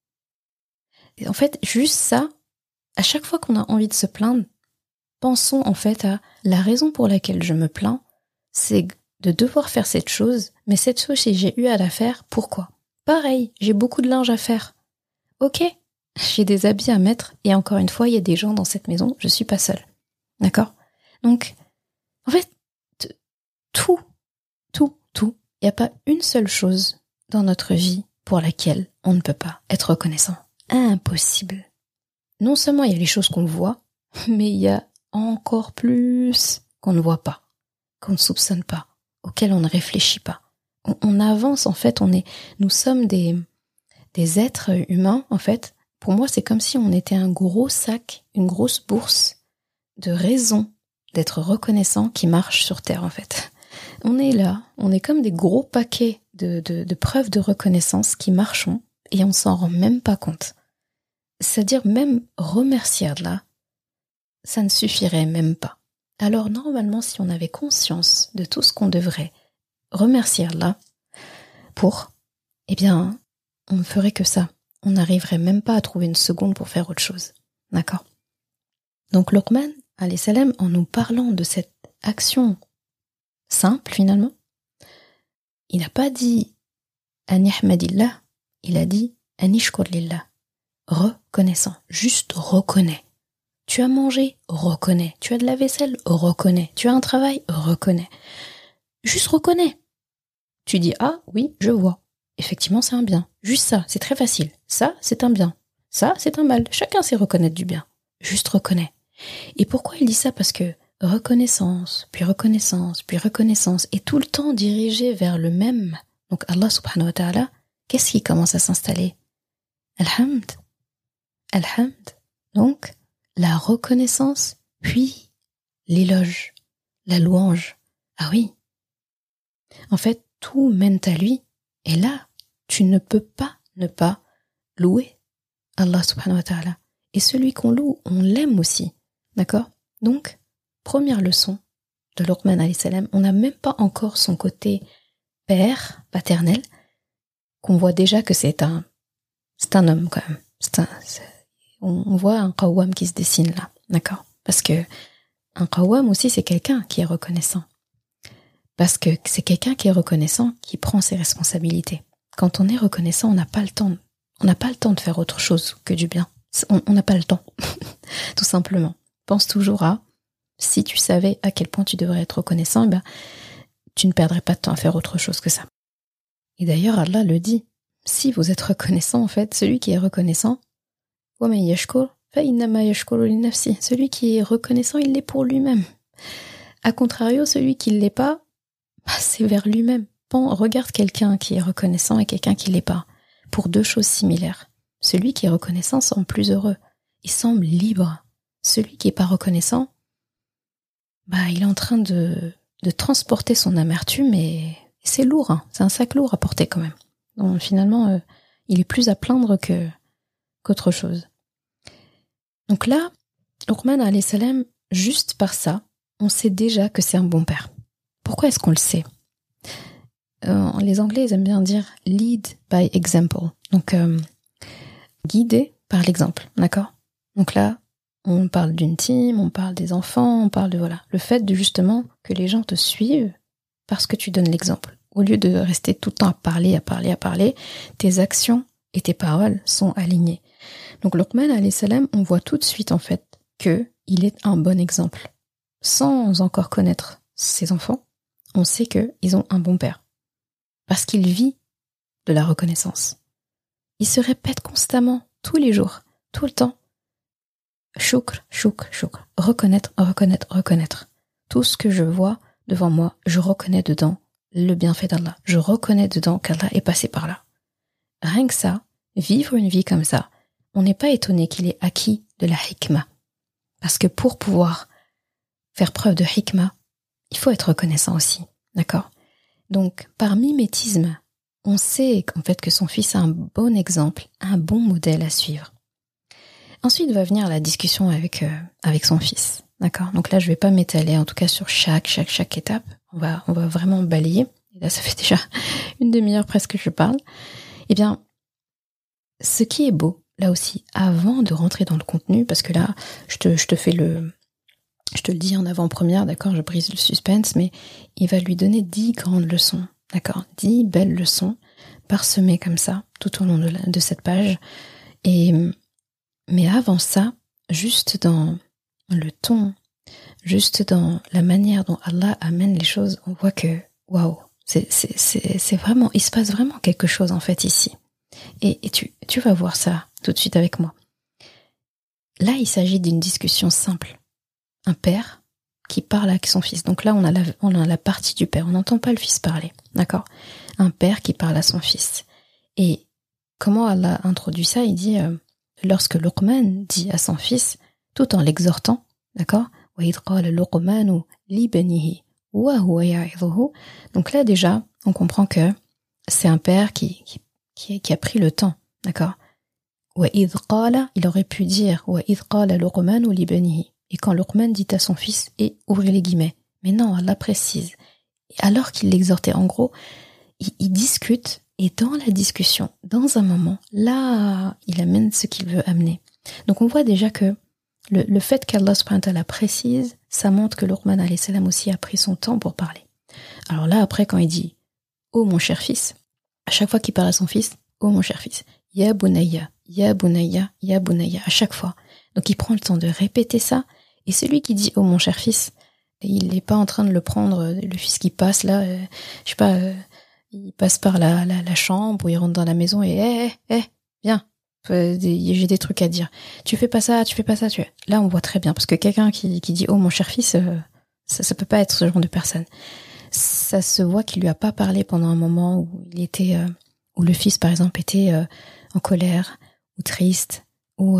Et en fait, juste ça, à chaque fois qu'on a envie de se plaindre, pensons en fait à la raison pour laquelle je me plains, c'est de devoir faire cette chose, mais cette chose, si j'ai eu à la faire, pourquoi? Pareil, j'ai beaucoup de linge à faire. Ok, j'ai des habits à mettre, et encore une fois, il y a des gens dans cette maison, je suis pas seule. D'accord? Donc, en fait, tout, il n'y a pas une seule chose dans notre vie pour laquelle on ne peut pas être reconnaissant. Impossible. Non seulement il y a les choses qu'on voit, mais il y a encore plus qu'on ne voit pas, qu'on ne soupçonne pas, auxquels on ne réfléchit pas. On avance, en fait, nous sommes des êtres humains, en fait. Pour moi, c'est comme si on était un gros sac, une grosse bourse de raisons d'être reconnaissant qui marche sur Terre, en fait. On est là, on est comme des gros paquets de preuves de reconnaissance qui marchent et on s'en rend même pas compte. C'est-à-dire même remercier Allah, ça ne suffirait même pas. Alors normalement, si on avait conscience de tout ce qu'on devrait remercier Allah pour, eh bien, on ne ferait que ça. On n'arriverait même pas à trouver une seconde pour faire autre chose. D'accord? Donc Luqman, alayhi salam, en nous parlant de cette action simple finalement, il n'a pas dit An yahmadillah, il a dit An yashkur lillah. Reconnaissant, juste reconnais. Tu as mangé, reconnais. Tu as de la vaisselle, reconnais. Tu as un travail, reconnais. Juste reconnais. Tu dis ah oui, je vois. Effectivement, c'est un bien. Juste ça, c'est très facile. Ça, c'est un bien. Ça, c'est un mal. Chacun sait reconnaître du bien. Juste reconnais. Et pourquoi il dit ça? Parce que reconnaissance, puis reconnaissance, puis reconnaissance, et tout le temps dirigé vers le même. Donc Allah subhanahu wa ta'ala, qu'est-ce qui commence à s'installer? Alhamd. Alhamd. Donc, la reconnaissance, puis l'éloge, la louange. Ah oui. En fait, tout mène à lui. Et là, tu ne peux pas ne pas louer Allah subhanahu wa ta'ala. Et celui qu'on loue, on l'aime aussi. D'accord? Donc, première leçon de Luqman alayhi salam, on n'a même pas encore son côté père, paternel, qu'on voit déjà que c'est un homme quand même. On voit un qawwam qui se dessine là. D'accord? Parce que un qawwam aussi, c'est quelqu'un qui est reconnaissant. Parce que c'est quelqu'un qui est reconnaissant, qui prend ses responsabilités. Quand on est reconnaissant, on n'a pas le temps. On n'a pas le temps de faire autre chose que du bien. On n'a pas le temps, tout simplement. Pense toujours à, si tu savais à quel point tu devrais être reconnaissant, tu ne perdrais pas de temps à faire autre chose que ça. Et d'ailleurs, Allah le dit. Si vous êtes reconnaissant, en fait, celui qui est reconnaissant, celui qui est reconnaissant, il l'est pour lui-même. A contrario, celui qui ne l'est pas, c'est vers lui-même. Regarde quelqu'un qui est reconnaissant et quelqu'un qui ne l'est pas. Pour deux choses similaires. Celui qui est reconnaissant semble plus heureux. Il semble libre. Celui qui n'est pas reconnaissant, il est en train de transporter son amertume et c'est lourd. Hein. C'est un sac lourd à porter quand même. Donc finalement, il est plus à plaindre qu'autre chose. Donc là, Luqman alayhi salam, juste par ça, on sait déjà que c'est un bon père. Pourquoi est-ce qu'on le sait ? Les Anglais, ils aiment bien dire « lead by example ». Donc, guider par l'exemple, d'accord ? Donc là, on parle d'une team, on parle des enfants, on parle de, le fait de justement que les gens te suivent parce que tu donnes l'exemple. Au lieu de rester tout le temps à parler, tes actions et tes paroles sont alignées. Donc Luqman alayhi salam, on voit tout de suite en fait qu'il est un bon exemple. Sans encore connaître ses enfants, on sait qu'ils ont un bon père. Parce qu'il vit de la reconnaissance. Il se répète constamment, tous les jours, tout le temps. Shukr, shukr, shukr. Reconnaître, reconnaître, reconnaître. Tout ce que je vois devant moi, je reconnais dedans le bienfait d'Allah. Je reconnais dedans qu'Allah est passé par là. Rien que ça, vivre une vie comme ça, on n'est pas étonné qu'il ait acquis de la hikmah. Parce que pour pouvoir faire preuve de hikmah, il faut être reconnaissant aussi. D'accord ? Donc, par mimétisme, on sait qu'en fait que son fils a un bon exemple, un bon modèle à suivre. Ensuite va venir la discussion avec son fils. D'accord ? Donc là, je vais pas m'étaler, en tout cas sur chaque étape. On va vraiment balayer. Et là, ça fait déjà une demi-heure presque que je parle. Eh bien, ce qui est beau, là aussi, avant de rentrer dans le contenu, parce que là, je te le dis en avant-première, d'accord, je brise le suspense, mais il va lui donner 10 grandes leçons, d'accord, 10 belles leçons, parsemées comme ça, tout au long de cette page. Mais avant ça, juste dans le ton, juste dans la manière dont Allah amène les choses, on voit que, waouh, c'est vraiment, il se passe vraiment quelque chose en fait ici. Et tu vas voir ça tout de suite avec moi. Là, il s'agit d'une discussion simple. Un père qui parle avec son fils. Donc là, on a la partie du père. On n'entend pas le fils parler, d'accord ? Un père qui parle à son fils. Et comment Allah introduit ça ? Il dit, lorsque Luqman dit à son fils, tout en l'exhortant, d'accord ? وَإِذْ قَالَ لُقْمَانُ لِبْنِهِ وَهُوَ يَعِظُهُ. Donc là, déjà, on comprend que c'est un père qui a pris le temps, d'accord ? وَإِذْ قَالَ, il aurait pu dire وَإِذْ قَالَ لُقْمَانُ لِبْنِهِ. Et quand Luqman dit à son fils, et ouvrez les guillemets. Mais non, Allah précise. Et alors qu'il l'exhortait, en gros, il discute, et dans la discussion, dans un moment, là, il amène ce qu'il veut amener. Donc on voit déjà que le fait qu'Allah subhanahu wa ta'ala précise, ça montre que Luqman alayhi salam aussi a pris son temps pour parler. Alors là, après, quand il dit « Oh mon cher fils », à chaque fois qu'il parle à son fils, « Oh mon cher fils », « Ya bunayya, ya bunayya, ya bunayya », à chaque fois. Donc il prend le temps de répéter ça, et celui qui dit « Oh mon cher fils », il n'est pas en train de le prendre, le fils qui passe là, je sais pas, il passe par la chambre, ou il rentre dans la maison et viens, j'ai des trucs à dire. Tu fais pas ça. Là, on voit très bien, parce que quelqu'un qui dit « Oh mon cher fils », ça peut pas être ce genre de personne. Ça se voit qu'il lui a pas parlé pendant un moment où il était, où le fils par exemple était en colère, ou triste, ou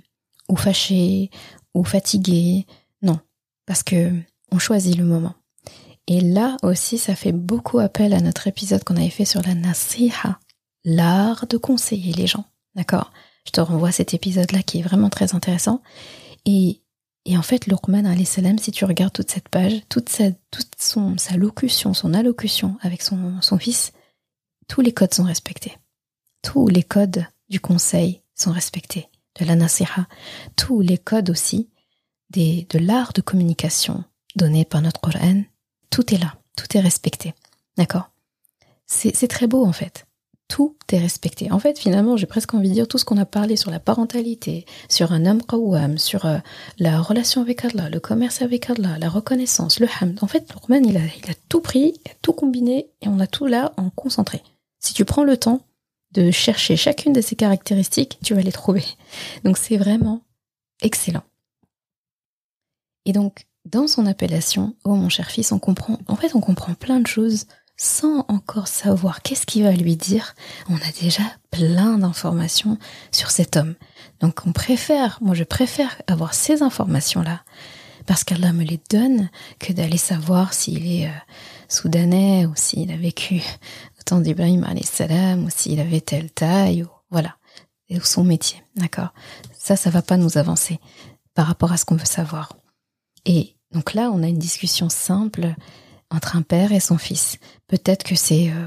fâché, ou fatigué. Non, parce que on choisit le moment. Et là aussi, ça fait beaucoup appel à notre épisode qu'on avait fait sur la nasiha, l'art de conseiller les gens. D'accord ? Je te renvoie à cet épisode-là qui est vraiment très intéressant. Et en fait, Luqman alayhi salam, si tu regardes toute cette page, toute sa locution, son allocution avec son fils, tous les codes sont respectés. Tous les codes du conseil sont respectés, de la nasiha. Tous les codes aussi de l'art de communication donné par notre Coran. Tout est là, tout est respecté. D'accord ? C'est très beau en fait. Tout est respecté. En fait, finalement, j'ai presque envie de dire tout ce qu'on a parlé sur la parentalité, sur un homme qawwam, sur la relation avec Allah, le commerce avec Allah, la reconnaissance, le hamd. En fait, Luqman, il a tout pris, il a tout combiné et on a tout là en concentré. Si tu prends le temps de chercher chacune de ces caractéristiques, tu vas les trouver. Donc, c'est vraiment excellent. Et donc, dans son appellation, oh mon cher fils, on comprend plein de choses sans encore savoir qu'est-ce qu'il va lui dire. On a déjà plein d'informations sur cet homme. Donc moi je préfère avoir ces informations-là, parce qu'Allah me les donne, que d'aller savoir s'il est soudanais, ou s'il a vécu au temps d'Ibrahim alayhi salam, ou s'il avait telle taille, ou voilà, ou son métier, d'accord ? Ça va pas nous avancer par rapport à ce qu'on veut savoir. Et donc là, on a une discussion simple entre un père et son fils. Peut-être que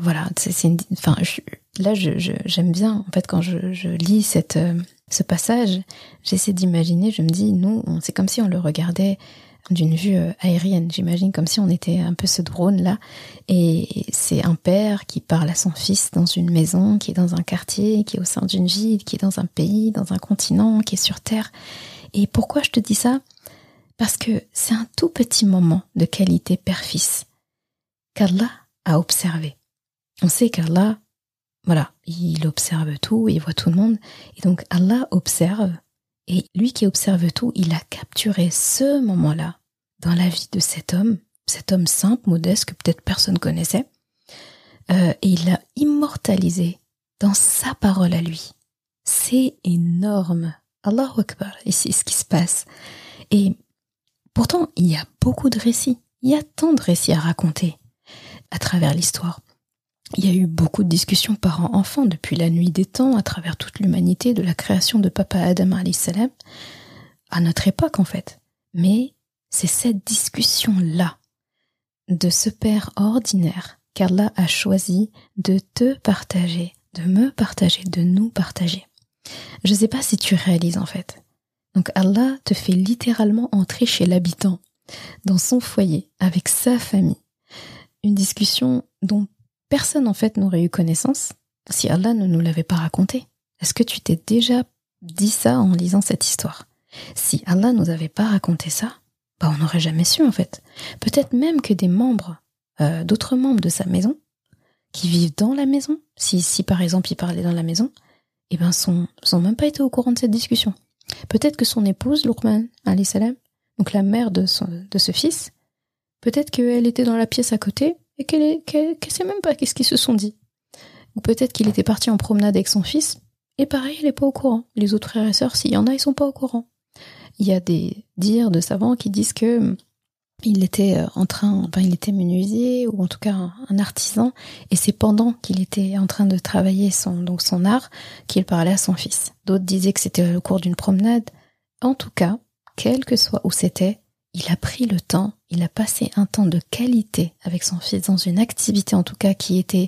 j'aime bien, en fait, quand je lis ce passage, j'essaie d'imaginer, je me dis, nous, c'est comme si on le regardait d'une vue aérienne. J'imagine comme si on était un peu ce drone-là, et c'est un père qui parle à son fils dans une maison, qui est dans un quartier, qui est au sein d'une ville, qui est dans un pays, dans un continent, qui est sur Terre. Et pourquoi je te dis ça ? Parce que c'est un tout petit moment de qualité père-fils qu'Allah a observé. On sait qu'Allah, voilà, il observe tout, il voit tout le monde. Et donc Allah observe, et lui qui observe tout, il a capturé ce moment-là dans la vie de cet homme simple, modeste, que peut-être personne connaissait, et il l'a immortalisé dans sa parole à lui. C'est énorme. Allahu Akbar, et c'est ce qui se passe. Et pourtant, il y a beaucoup de récits. Il y a tant de récits à raconter à travers l'histoire. Il y a eu beaucoup de discussions parents-enfants depuis la nuit des temps, à travers toute l'humanité, de la création de Papa Adam alayhi salam, à notre époque en fait. Mais c'est cette discussion-là, de ce père ordinaire, qu'Allah a choisi de te partager, de me partager, de nous partager. Je ne sais pas si tu réalises en fait. Donc Allah te fait littéralement entrer chez l'habitant, dans son foyer, avec sa famille. Une discussion dont personne en fait n'aurait eu connaissance si Allah ne nous l'avait pas raconté. Est-ce que tu t'es déjà dit ça en lisant cette histoire ? Si Allah nous avait pas raconté ça, on n'aurait jamais su en fait. Peut-être même que des membres, d'autres membres de sa maison, qui vivent dans la maison, si par exemple il parlait dans la maison, sont même pas été au courant de cette discussion. Peut-être que son épouse, Luqman alayhi salam, donc la mère de ce fils, peut-être qu'elle était dans la pièce à côté et qu'elle sait même pas qu'est-ce qu'ils se sont dit. Ou peut-être qu'il était parti en promenade avec son fils et pareil, elle est pas au courant. Les autres frères et sœurs, s'il y en a, ils sont pas au courant. Il y a des dires de savants qui disent que il était il était menuisier ou en tout cas un artisan, et c'est pendant qu'il était en train de travailler son art qu'il parlait à son fils. D'autres disaient que c'était au cours d'une promenade. En tout cas, quel que soit où c'était, il a pris le temps, il a passé un temps de qualité avec son fils dans une activité en tout cas qui était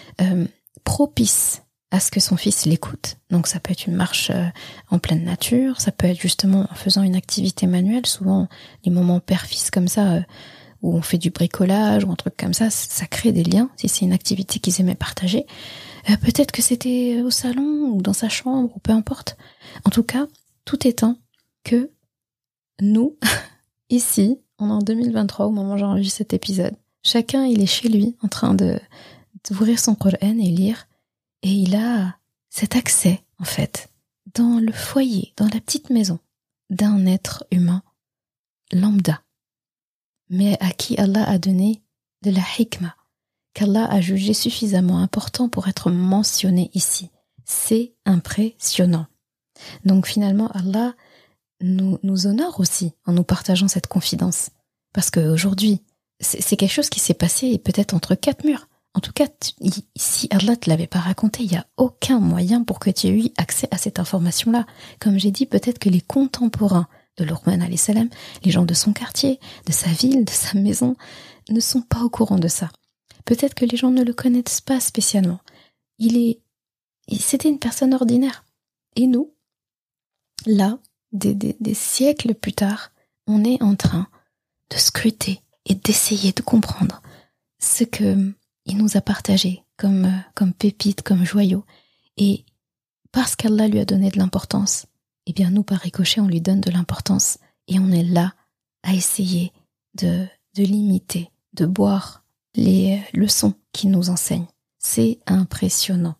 propice à ce que son fils l'écoute. Donc ça peut être une marche en pleine nature, ça peut être justement en faisant une activité manuelle, souvent les moments père-fils comme ça, où on fait du bricolage ou un truc comme ça crée des liens, si c'est une activité qu'ils aimaient partager. Peut-être que c'était au salon ou dans sa chambre, ou peu importe. En tout cas, tout étant que nous, ici, on est en 2023 au moment où j'enregistre cet épisode, chacun il est chez lui en train d'ouvrir son Coran et lire, et il a cet accès, en fait, dans le foyer, dans la petite maison, d'un être humain lambda, mais à qui Allah a donné de la hikmah, qu'Allah a jugé suffisamment important pour être mentionné ici. C'est impressionnant. Donc finalement, Allah nous honore aussi en nous partageant cette confidence. Parce qu'aujourd'hui, c'est quelque chose qui s'est passé peut-être entre quatre murs. En tout cas, si Allah te l'avait pas raconté, il n'y a aucun moyen pour que tu aies eu accès à cette information-là. Comme j'ai dit, peut-être que les contemporains de Luqman alayhi salam, les gens de son quartier, de sa ville, de sa maison, ne sont pas au courant de ça. Peut-être que les gens ne le connaissent pas spécialement. C'était une personne ordinaire. Et nous, là, des siècles plus tard, on est en train de scruter et d'essayer de comprendre ce que il nous a partagé comme pépites, comme joyaux. Et parce qu'Allah lui a donné de l'importance, eh bien nous, par ricochet, on lui donne de l'importance. Et on est là à essayer de l'imiter, de boire les leçons qu'il nous enseigne. C'est impressionnant.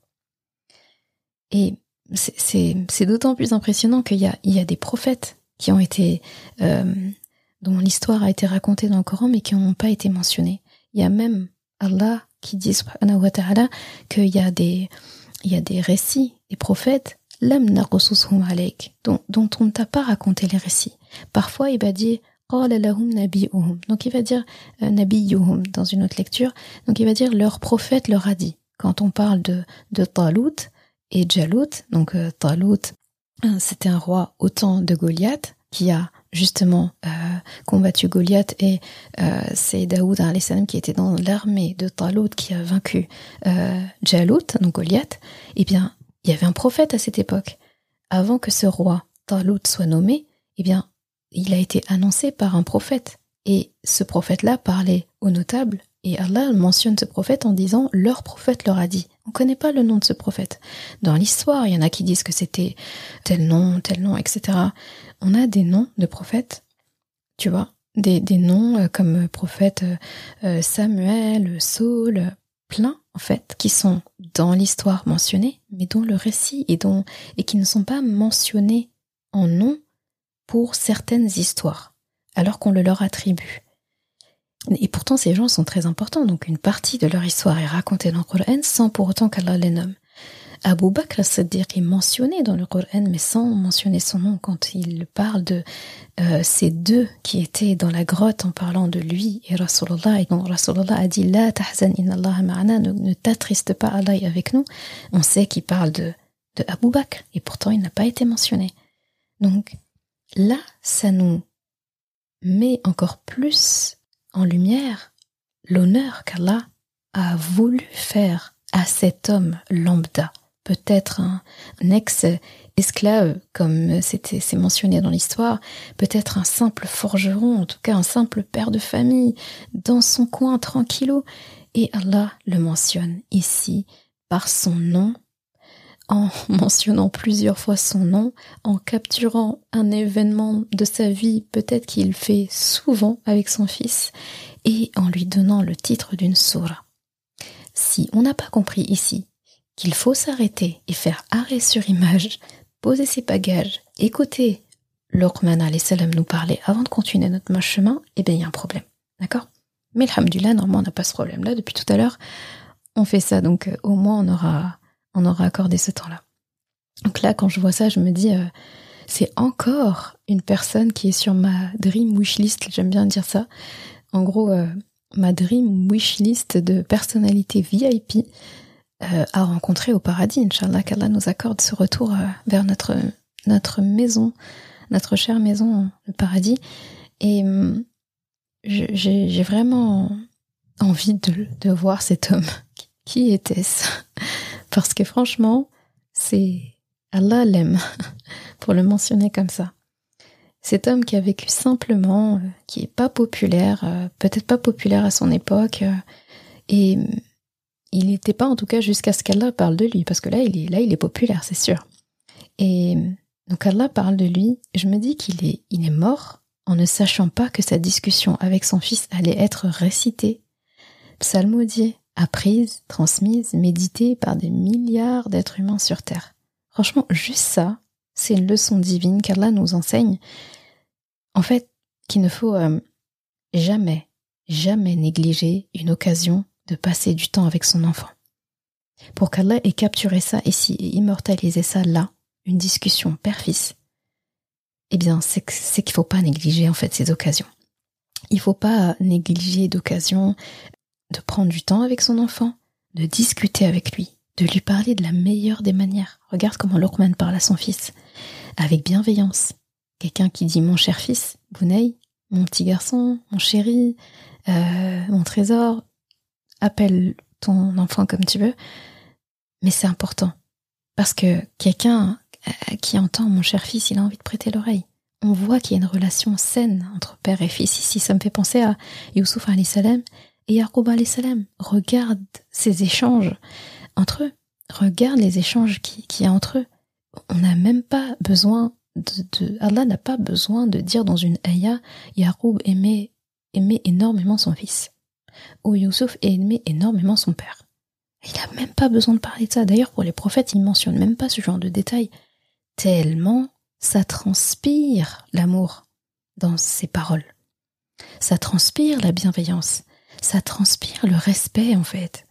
Et c'est d'autant plus impressionnant qu'il y a des prophètes qui ont été, dont l'histoire a été racontée dans le Coran, mais qui n'ont pas été mentionnés. Il y a même Allah qui dit, subhanahu wa ta'ala, qu'il y a des récits, des prophètes, lam naqsushum alayk, dont on ne t'a pas raconté les récits. Parfois, il va dire, qala lahum nabiyuhum. Donc, il va dire nabiyuhum dans une autre lecture. Donc, il va dire, leur prophète leur a dit. Quand on parle de Talut et Jalut, donc Talut, c'était un roi au temps de Goliath, qui a justement combattu Goliath, et c'est Daoud alayhi salam qui était dans l'armée de Talut qui a vaincu Jalut, donc Goliath. Eh bien, il y avait un prophète à cette époque. Avant que ce roi Talut soit nommé, eh bien, il a été annoncé par un prophète. Et ce prophète-là parlait aux notables, et Allah mentionne ce prophète en disant « leur prophète leur a dit ». On ne connaît pas le nom de ce prophète. Dans l'histoire, il y en a qui disent que c'était tel nom, etc. On a des noms de prophètes, tu vois, des noms comme prophète Samuel, Saul, plein en fait, qui sont dans l'histoire mentionnés, mais dont le récit et qui ne sont pas mentionnés en nom pour certaines histoires, alors qu'on le leur attribue. Et pourtant, ces gens sont très importants, donc une partie de leur histoire est racontée dans le Coran sans pour autant qu'Allah les nomme. Abu Bakr as-Siddiq est mentionné dans le Coran, mais sans mentionner son nom quand il parle de ces deux qui étaient dans la grotte en parlant de lui et Rasulullah, et dont Rasulullah a dit « La tahzan inna Allah ma'ana » ne t'attriste pas, Allah est avec nous. On sait qu'il parle de Abu Bakr, et pourtant il n'a pas été mentionné. Donc là, ça nous met encore plus en lumière l'honneur qu'Allah a voulu faire à cet homme lambda, peut-être un ex-esclave, comme c'est mentionné dans l'histoire, peut-être un simple forgeron, en tout cas un simple père de famille, dans son coin tranquillou, et Allah le mentionne ici par son nom, en mentionnant plusieurs fois son nom, en capturant un événement de sa vie, peut-être qu'il fait souvent avec son fils, et en lui donnant le titre d'une sourate. Si on n'a pas compris ici qu'il faut s'arrêter et faire arrêt sur image, poser ses bagages, écouter Luqman alayhi salam nous parler avant de continuer notre chemin, eh bien il y a un problème, d'accord? Mais alhamdoulilah, normalement on n'a pas ce problème-là, depuis tout à l'heure on fait ça, donc au moins on aura accordé ce temps-là. Donc là, quand je vois ça, je me dis, c'est encore une personne qui est sur ma dream wishlist, j'aime bien dire ça. En gros, ma dream wishlist de personnalité VIP à rencontrer au paradis. Inch'Allah, qu'Allah nous accorde ce retour vers notre maison, notre chère maison, le paradis. Et j'ai vraiment envie de voir cet homme. Qui était-ce ? Parce que franchement, Allah l'aime, pour le mentionner comme ça. Cet homme qui a vécu simplement, qui est pas populaire, peut-être pas populaire à son époque, et il n'était pas en tout cas jusqu'à ce qu'Allah parle de lui, parce que là il est populaire, c'est sûr. Et donc Allah parle de lui, et je me dis qu'il est mort en ne sachant pas que sa discussion avec son fils allait être récitée, psalmodiée, apprise, transmise, méditée par des milliards d'êtres humains sur Terre. Franchement, juste ça, c'est une leçon divine qu'Allah nous enseigne. En fait, qu'il ne faut jamais négliger une occasion de passer du temps avec son enfant. Pour qu'Allah ait capturé ça ici et immortalisé ça là, une discussion père-fils, eh bien, c'est qu'il ne faut pas négliger en fait ces occasions. Il ne faut pas négliger d'occasion de prendre du temps avec son enfant, de discuter avec lui, de lui parler de la meilleure des manières. Regarde comment Luqman parle à son fils, avec bienveillance. Quelqu'un qui dit « mon cher fils, Bunay, mon petit garçon, mon chéri, mon trésor », appelle ton enfant comme tu veux, mais c'est important. Parce que quelqu'un qui entend « mon cher fils », il a envie de prêter l'oreille. On voit qu'il y a une relation saine entre père et fils ici. Ça me fait penser à Youssouf alayhi salam Et Yaqub alayhi salam regarde ces échanges entre eux, regarde les échanges qu'il y a entre eux. On n'a même pas besoin Allah n'a pas besoin de dire dans une ayah Yaqub aimait énormément son fils, ou Youssouf aimait énormément son père. Il n'a même pas besoin de parler de ça. D'ailleurs, pour les prophètes, ils ne mentionnent même pas ce genre de détails. Tellement ça transpire l'amour dans ces paroles. Ça transpire la bienveillance. Ça transpire le respect, en fait.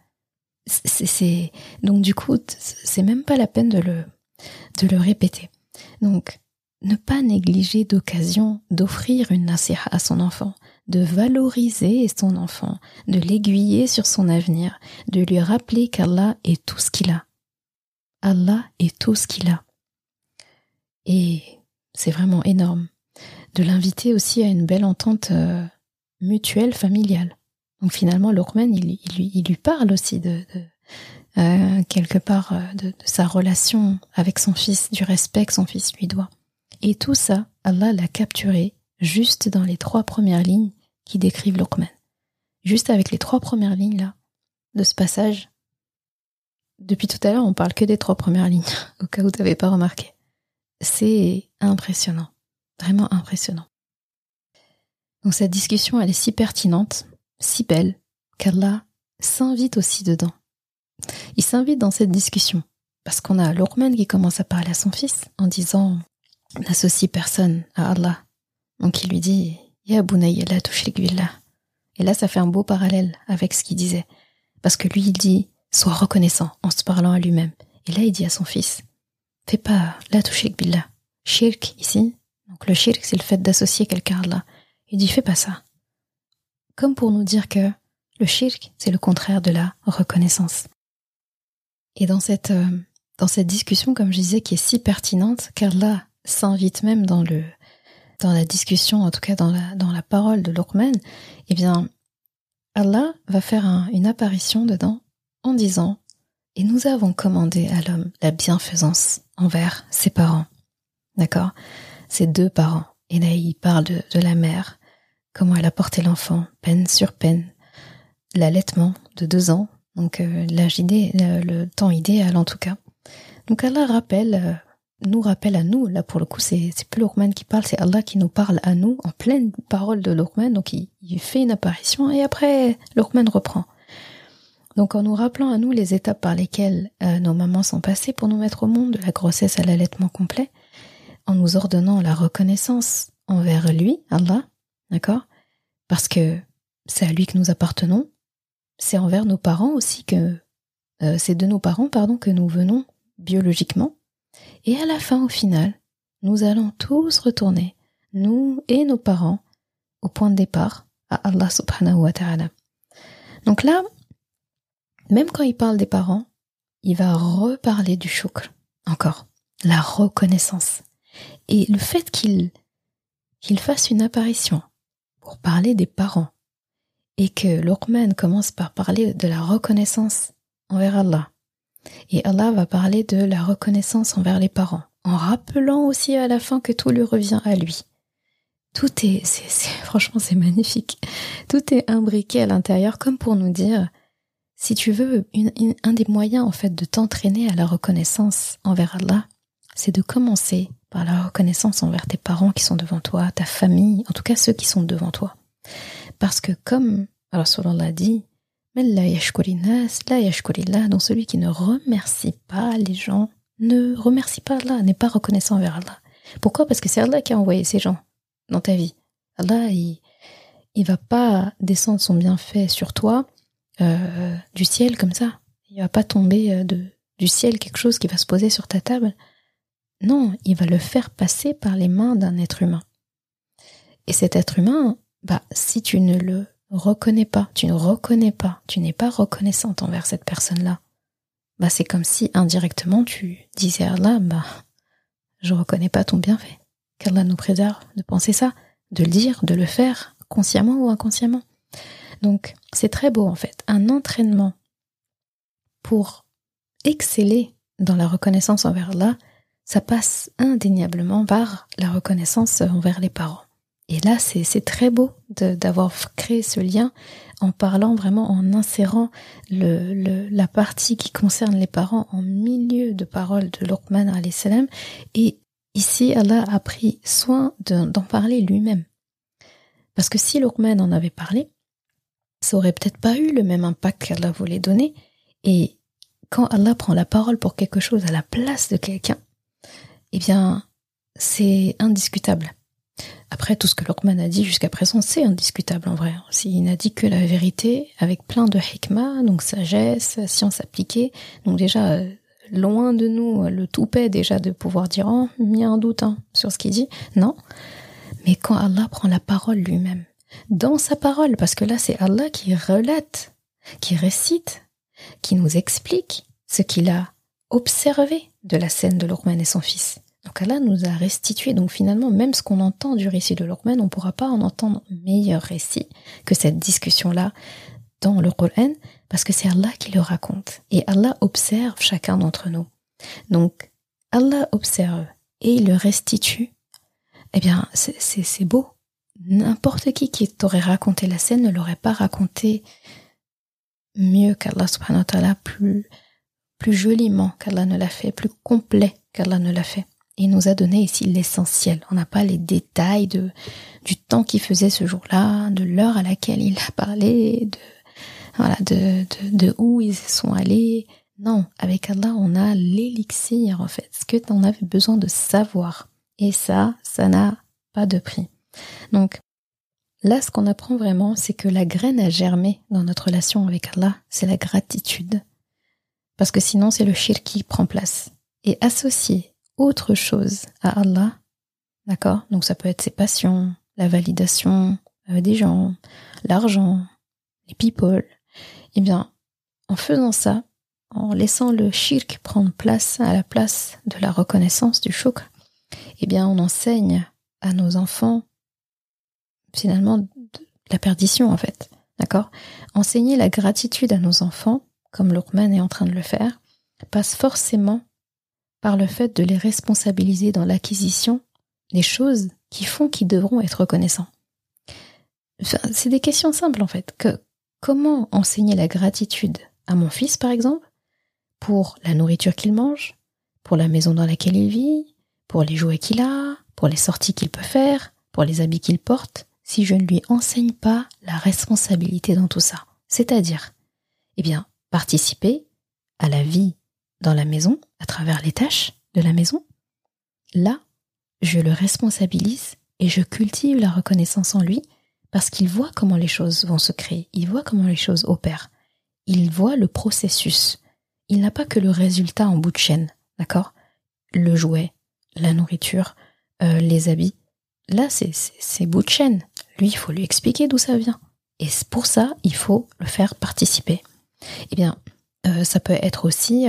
Donc, du coup, c'est même pas la peine de le répéter. Donc, ne pas négliger d'occasion d'offrir une nasiha à son enfant, de valoriser son enfant, de l'aiguiller sur son avenir, de lui rappeler qu'Allah est tout ce qu'il a. Allah est tout ce qu'il a. Et c'est vraiment énorme. De l'inviter aussi à une belle entente mutuelle, familiale. Donc finalement, Luqman, il lui parle aussi de quelque part de sa relation avec son fils, du respect que son fils lui doit. Et tout ça, Allah l'a capturé juste dans les 3 premières lignes qui décrivent Luqman. Juste avec les 3 premières lignes là, de ce passage. Depuis tout à l'heure, on parle que des 3 premières lignes, au cas où tu n'avais pas remarqué. C'est impressionnant, vraiment impressionnant. Donc cette discussion, elle est si pertinente, si belle, qu'Allah s'invite aussi dedans. Il s'invite dans cette discussion, parce qu'on a Luqman qui commence à parler à son fils en disant « N'associe personne à Allah ». Donc il lui dit « Ya bunayya la tushrik billah ». Et là, ça fait un beau parallèle avec ce qu'il disait. Parce que lui, il dit « Sois reconnaissant » en se parlant à lui-même. Et là, il dit à son fils « Fais pas la tushrik billah ». Shirk, ici, donc le shirk, c'est le fait d'associer quelqu'un à Allah. Il dit « Fais pas ça ». Comme pour nous dire que le shirk, c'est le contraire de la reconnaissance. Et dans cette discussion, comme je disais, qui est si pertinente, qu'Allah s'invite même dans la discussion, en tout cas dans la parole de Luqman, eh bien, Allah va faire une apparition dedans en disant « Et nous avons commandé à l'homme la bienfaisance envers ses parents. » D'accord ? Ses 2 parents. Et là, il parle de la mère, comment elle a porté l'enfant, peine sur peine, l'allaitement de 2 ans, donc le temps idéal en tout cas. Donc Allah nous rappelle à nous, là pour le coup c'est plus Luqman qui parle, c'est Allah qui nous parle à nous en pleine parole de Luqman, donc il fait une apparition et après Luqman reprend. Donc en nous rappelant à nous les étapes par lesquelles nos mamans sont passées pour nous mettre au monde, de la grossesse à l'allaitement complet, en nous ordonnant la reconnaissance envers lui, Allah, d'accord ? Parce que c'est à lui que nous appartenons, c'est envers nos parents aussi c'est de nos parents, que nous venons biologiquement. Et à la fin, au final, nous allons tous retourner, nous et nos parents, au point de départ, à Allah subhanahu wa ta'ala. Donc là, même quand il parle des parents, il va reparler du shukr, encore, la reconnaissance. Et le fait qu'il fasse une apparition pour parler des parents, et que Luqman commence par parler de la reconnaissance envers Allah. Et Allah va parler de la reconnaissance envers les parents, en rappelant aussi à la fin que tout lui revient à lui. Tout est franchement, c'est magnifique. Tout est imbriqué à l'intérieur, comme pour nous dire, si tu veux, un des moyens en fait de t'entraîner à la reconnaissance envers Allah, c'est de commencer par la reconnaissance envers tes parents qui sont devant toi, ta famille, en tout cas ceux qui sont devant toi. Parce que comme Rasulallah dit, mais la yashkuri nas, la yashkurillah, donc celui qui ne remercie pas les gens, ne remercie pas Allah, n'est pas reconnaissant envers Allah. Pourquoi ? Parce que c'est Allah qui a envoyé ces gens dans ta vie. Allah, il va pas descendre son bienfait sur toi du ciel comme ça. Il va pas tomber du ciel quelque chose qui va se poser sur ta table. Non, il va le faire passer par les mains d'un être humain. Et cet être humain, si tu ne le reconnais pas, tu n'es pas reconnaissante envers cette personne-là, c'est comme si indirectement tu disais à Allah, je reconnais pas ton bienfait. Qu'Allah nous préserve de penser ça, de le dire, de le faire, consciemment ou inconsciemment. Donc, c'est très beau en fait, un entraînement pour exceller dans la reconnaissance envers Allah, ça passe indéniablement par la reconnaissance envers les parents. Et là, c'est très beau d'avoir créé ce lien en parlant vraiment, en insérant la partie qui concerne les parents en milieu de parole de Luqman alayhi salam. Et ici, Allah a pris soin d'en parler lui-même. Parce que si Luqman en avait parlé, ça aurait peut-être pas eu le même impact qu'Allah voulait donner. Et quand Allah prend la parole pour quelque chose à la place de quelqu'un, eh bien, c'est indiscutable. Après, tout ce que Luqman a dit jusqu'à présent, c'est indiscutable en vrai. Il n'a dit que la vérité, avec plein de hikmah, donc sagesse, science appliquée. Donc déjà, loin de nous le toupet déjà de pouvoir dire « Oh, il y a un doute sur ce qu'il dit ». Non, mais quand Allah prend la parole lui-même, dans sa parole, parce que là, c'est Allah qui relate, qui récite, qui nous explique ce qu'il a observé de la scène de Luqman et son fils. Donc Allah nous a restitué, donc finalement, même ce qu'on entend du récit de Luqman, on ne pourra pas en entendre meilleur récit que cette discussion-là dans le Coran, parce que c'est Allah qui le raconte. Et Allah observe chacun d'entre nous. Donc, Allah observe et il le restitue. Eh bien, c'est beau. N'importe qui t'aurait raconté la scène ne l'aurait pas raconté mieux qu'Allah subhanahu wa ta'ala, plus joliment qu'Allah ne l'a fait, plus complet qu'Allah ne l'a fait. Il nous a donné ici l'essentiel. On n'a pas les détails du temps qu'il faisait ce jour-là, de l'heure à laquelle il a parlé, de où ils sont allés. Non, avec Allah, on a l'élixir en fait, ce que tu en avais besoin de savoir. Et ça n'a pas de prix. Donc, là, ce qu'on apprend vraiment, c'est que la graine à germer dans notre relation avec Allah, c'est la gratitude. Parce que sinon, c'est le shirk qui prend place. Et associer autre chose à Allah, d'accord? Donc ça peut être ses passions, la validation des gens, l'argent, les people. Eh bien, en faisant ça, en laissant le shirk prendre place à la place de la reconnaissance du shukr, eh bien, on enseigne à nos enfants finalement la perdition en fait, d'accord? Enseigner la gratitude à nos enfants, comme Luqman est en train de le faire, passe forcément par le fait de les responsabiliser dans l'acquisition des choses qui font qu'ils devront être reconnaissants. Enfin, c'est des questions simples en fait. Comment enseigner la gratitude à mon fils par exemple, pour la nourriture qu'il mange, pour la maison dans laquelle il vit, pour les jouets qu'il a, pour les sorties qu'il peut faire, pour les habits qu'il porte, si je ne lui enseigne pas la responsabilité dans tout ça. C'est-à-dire, eh bien, participer à la vie dans la maison, à travers les tâches de la maison. Là, je le responsabilise et je cultive la reconnaissance en lui parce qu'il voit comment les choses vont se créer, il voit comment les choses opèrent, il voit le processus. Il n'a pas que le résultat en bout de chaîne, d'accord? Le jouet, la nourriture, les habits. Là, c'est bout de chaîne. Lui, il faut lui expliquer d'où ça vient. Et pour ça, il faut le faire participer. Eh bien, ça peut être aussi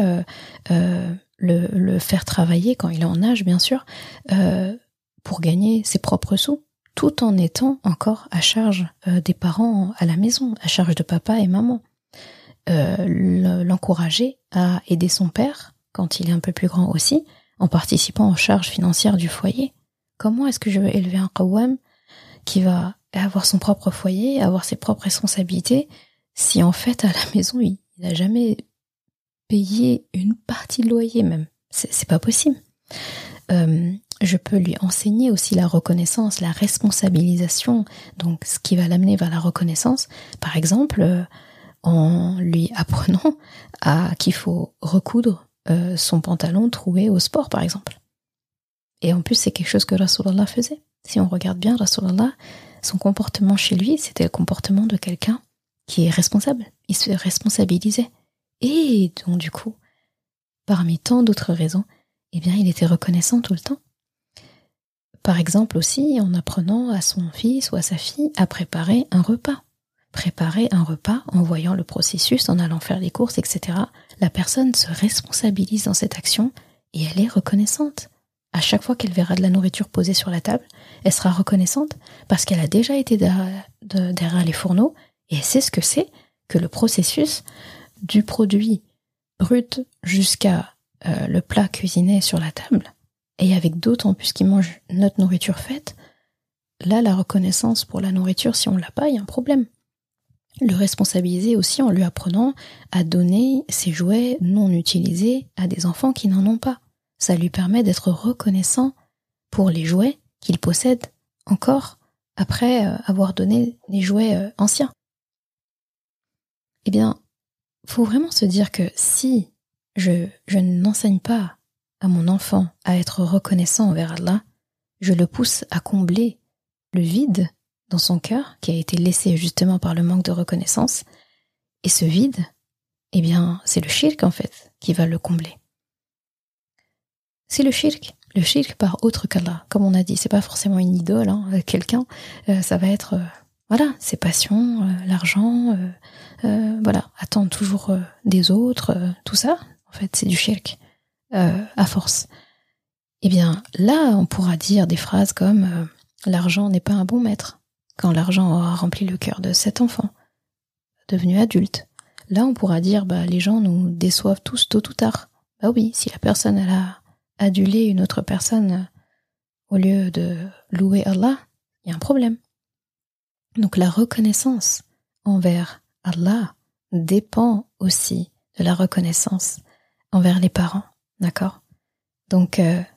le faire travailler quand il est en âge, bien sûr, pour gagner ses propres sous, tout en étant encore à charge des parents à la maison, à charge de papa et maman. L'encourager à aider son père, quand il est un peu plus grand aussi, en participant aux charges financières du foyer. Comment est-ce que je vais élever un qawwam qui va avoir son propre foyer, avoir ses propres responsabilités, si en fait à la maison il n'a jamais payé une partie de loyer même? C'est pas possible. Je peux lui enseigner aussi la reconnaissance, la responsabilisation, donc ce qui va l'amener vers la reconnaissance. Par exemple, en lui apprenant qu'il faut recoudre son pantalon troué au sport, par exemple. Et en plus, c'est quelque chose que Rasulallah faisait. Si on regarde bien, Rasulallah, son comportement chez lui, c'était le comportement de quelqu'un qui est responsable. Il se responsabilisait. Et donc, du coup, parmi tant d'autres raisons, eh bien, il était reconnaissant tout le temps. Par exemple aussi, en apprenant à son fils ou à sa fille à préparer un repas. Préparer un repas en voyant le processus, en allant faire les courses, etc. La personne se responsabilise dans cette action et elle est reconnaissante. À chaque fois qu'elle verra de la nourriture posée sur la table, elle sera reconnaissante parce qu'elle a déjà été derrière les fourneaux et elle sait ce que c'est que le processus du produit brut jusqu'à le plat cuisiné sur la table, et avec d'autres en plus qui mangent notre nourriture faite, là, la reconnaissance pour la nourriture, si on l'a pas, il y a un problème. Le responsabiliser aussi en lui apprenant à donner ses jouets non utilisés à des enfants qui n'en ont pas. Ça lui permet d'être reconnaissant pour les jouets qu'il possède encore après avoir donné les jouets anciens. Eh bien, faut vraiment se dire que si je n'enseigne pas à mon enfant à être reconnaissant envers Allah, je le pousse à combler le vide dans son cœur qui a été laissé justement par le manque de reconnaissance. Et ce vide, eh bien, c'est le shirk en fait qui va le combler. C'est le shirk par autre qu'Allah. Comme on a dit, c'est pas forcément une idole, quelqu'un. Ça va être, ses passions, l'argent, attendre toujours des autres, tout ça. En fait, c'est du shirk à force. Eh bien, là, on pourra dire des phrases comme l'argent n'est pas un bon maître. Quand l'argent aura rempli le cœur de cet enfant, devenu adulte. Là, on pourra dire, les gens nous déçoivent tous tôt ou tard. Oui, si la personne, elle a adulé une autre personne au lieu de louer Allah, il y a un problème. Donc la reconnaissance envers Allah dépend aussi de la reconnaissance envers les parents, d'accord ? Donc,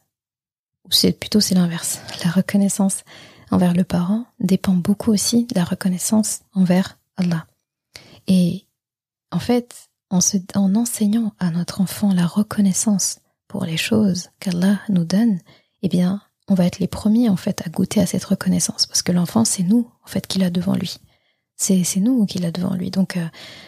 c'est l'inverse. La reconnaissance envers le parent dépend beaucoup aussi de la reconnaissance envers Allah. Et en fait, en enseignant à notre enfant la reconnaissance pour les choses qu'Allah nous donne, eh bien, on va être les premiers en fait à goûter à cette reconnaissance, parce que l'enfant, c'est nous en fait qu'il a devant lui. C'est nous qu'il a devant lui. Donc,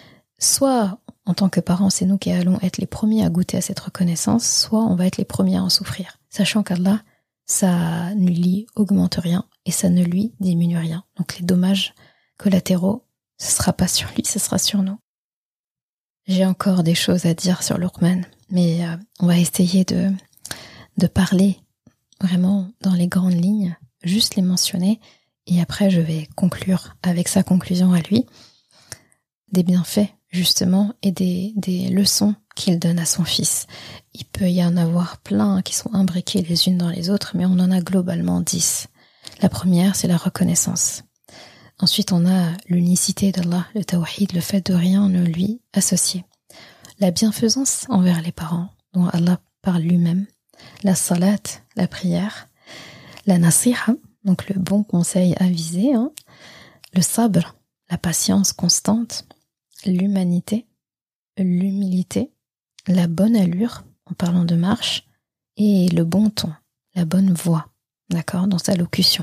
soit en tant que parents, c'est nous qui allons être les premiers à goûter à cette reconnaissance, soit on va être les premiers à en souffrir, sachant qu'Allah, ça ne lui augmente rien et ça ne lui diminue rien. Donc les dommages collatéraux, ce sera pas sur lui, ce sera sur nous. J'ai encore des choses à dire sur Luqman, mais on va essayer de parler vraiment dans les grandes lignes, juste les mentionner, et après je vais conclure avec sa conclusion à lui, des bienfaits justement et des leçons qu'il donne à son fils. Il peut y en avoir plein qui sont imbriqués les unes dans les autres, mais on en a globalement 10. La première, c'est la reconnaissance. Ensuite, on a l'unicité d'Allah, le tawhid, le fait de rien ne lui associer. La bienfaisance envers les parents, dont Allah parle lui-même. La salat, la prière. La nasiha, donc le bon conseil avisé. Le sabr, la patience constante. L'humanité, l'humilité. La bonne allure, en parlant de marche. Et le bon ton, la bonne voix, d'accord, dans sa locution.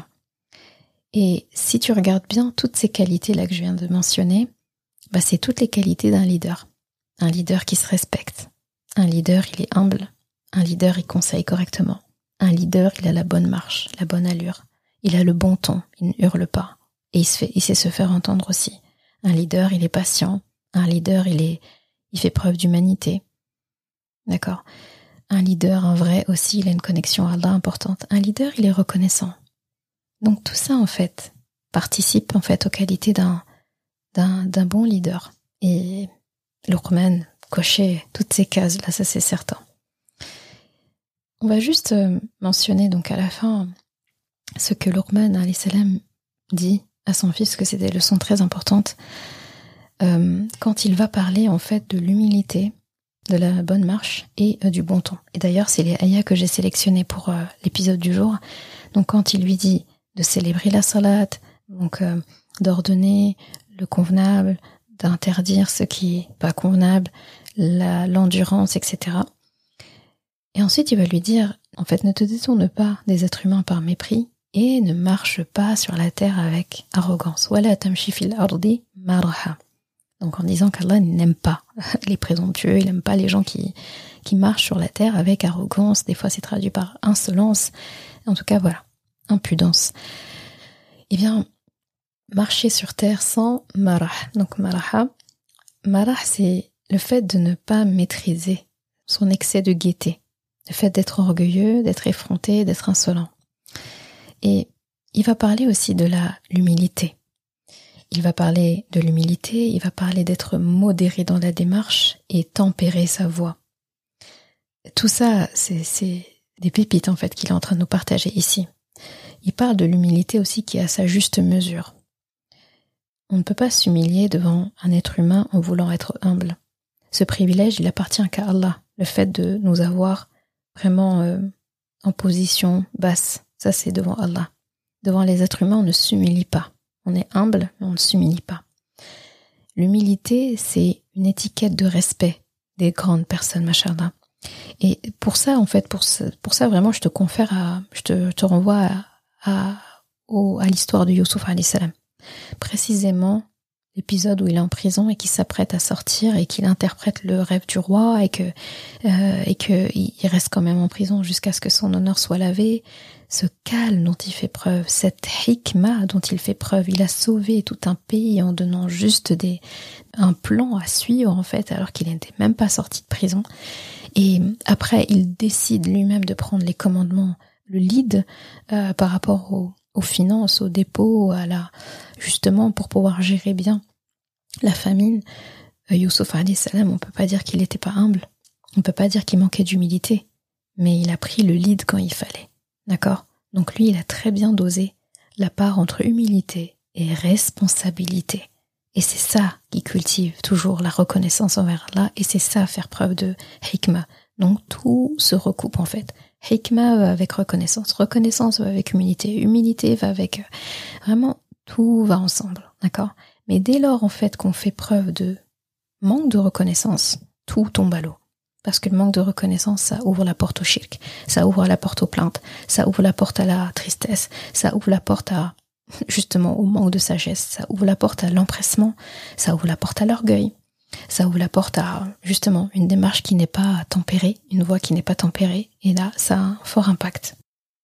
Et si tu regardes bien toutes ces qualités-là que je viens de mentionner, c'est toutes les qualités d'un leader. Un leader qui se respecte. Un leader, il est humble. Un leader, il conseille correctement. Un leader, il a la bonne marche, la bonne allure. Il a le bon ton, il ne hurle pas. Et il sait se faire entendre aussi. Un leader, il est patient. Un leader, il fait preuve d'humanité. D'accord ? Un leader, un vrai aussi, il a une connexion à Allah importante. Un leader, il est reconnaissant. Donc tout ça, en fait, participe en fait aux qualités d'un bon leader. Et Luqman cochait toutes ces cases-là, ça c'est certain. On va juste mentionner donc à la fin ce que Luqman alayhi salam dit à son fils, que c'est des leçons très importantes, quand il va parler en fait de l'humilité, de la bonne marche et du bon ton. Et d'ailleurs, c'est les ayats que j'ai sélectionnés pour l'épisode du jour. Donc quand il lui dit de célébrer la salat, donc d'ordonner le convenable, d'interdire ce qui est pas convenable, l'endurance, etc. Et ensuite, il va lui dire, en fait, ne te détourne pas des êtres humains par mépris et ne marche pas sur la terre avec arrogance. Wala tamshi fil ardi marha. Donc en disant qu'Allah n'aime pas les présomptueux, il n'aime pas les gens qui marchent sur la terre avec arrogance. Des fois, c'est traduit par insolence. En tout cas, voilà. Impudence. Eh bien, marcher sur terre sans marah. Donc marah, c'est le fait de ne pas maîtriser son excès de gaieté, le fait d'être orgueilleux, d'être effronté, d'être insolent. Et il va parler aussi de l'humilité. Il va parler de l'humilité, il va parler d'être modéré dans la démarche et tempérer sa voix. Tout ça, c'est des pépites en fait qu'il est en train de nous partager ici. il parle de l'humilité aussi qui est à sa juste mesure. On ne peut pas s'humilier devant un être humain en voulant être humble. Ce privilège, il appartient qu'à Allah. Le fait de nous avoir vraiment en position basse, ça c'est devant Allah. Devant les êtres humains, on ne s'humilie pas. On est humble, mais on ne s'humilie pas. L'humilité, c'est une étiquette de respect des grandes personnes, machallah. Et pour ça, en fait, pour ça vraiment, je te renvoie à l'histoire de Youssouf alayhi salam. Précisément, l'épisode où il est en prison et qu'il s'apprête à sortir et qu'il interprète le rêve du roi et que il reste quand même en prison jusqu'à ce que son honneur soit lavé. Ce calme dont il fait preuve, cette hikma dont il fait preuve, il a sauvé tout un pays en donnant juste un plan à suivre en fait, alors qu'il n'était même pas sorti de prison. Et après, il décide lui-même de prendre les commandements, le lead par rapport aux finances, aux dépôts, justement pour pouvoir gérer bien la famine. Youssouf alayhi salam, on peut pas dire qu'il n'était pas humble, on peut pas dire qu'il manquait d'humilité, mais il a pris le lead quand il fallait. D'accord ? Donc lui, il a très bien dosé la part entre humilité et responsabilité. Et c'est ça qui cultive toujours la reconnaissance envers Allah, et c'est ça faire preuve de hikma. Donc tout se recoupe en fait. Hikma va avec reconnaissance, reconnaissance va avec humilité, humilité va avec... Vraiment, tout va ensemble, d'accord ? Mais dès lors en fait qu'on fait preuve de manque de reconnaissance, tout tombe à l'eau. Parce que le manque de reconnaissance, ça ouvre la porte au shirk, ça ouvre la porte aux plaintes, ça ouvre la porte à la tristesse, ça ouvre la porte à, justement, au manque de sagesse, ça ouvre la porte à l'empressement, ça ouvre la porte à l'orgueil, ça ouvre la porte à, justement, une démarche qui n'est pas tempérée, une voix qui n'est pas tempérée, et là, ça a un fort impact.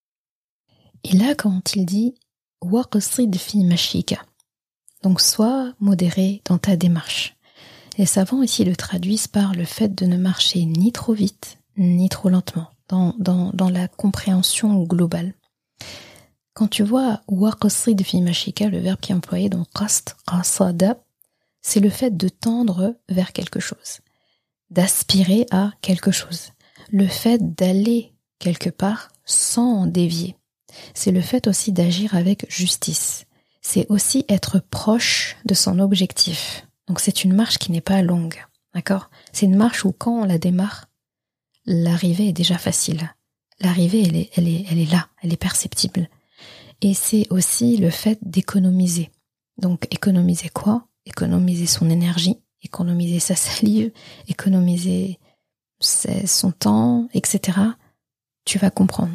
Et là, quand il dit « waqsid fi mashika », donc sois modéré dans ta démarche. Les savants ici le traduisent par le fait de ne marcher ni trop vite, ni trop lentement, dans la compréhension globale. Quand tu vois waqsid fi mashika, le verbe qui est employé, donc qasd, qasada, c'est le fait de tendre vers quelque chose, d'aspirer à quelque chose, le fait d'aller quelque part sans en dévier. C'est le fait aussi d'agir avec justice. C'est aussi être proche de son objectif. Donc c'est une marche qui n'est pas longue, d'accord ? C'est une marche où quand on la démarre, l'arrivée est déjà facile. L'arrivée, elle est là, elle est perceptible. Et c'est aussi le fait d'économiser. Donc économiser quoi ? Économiser son énergie, économiser sa salive, économiser son temps, etc. Tu vas comprendre.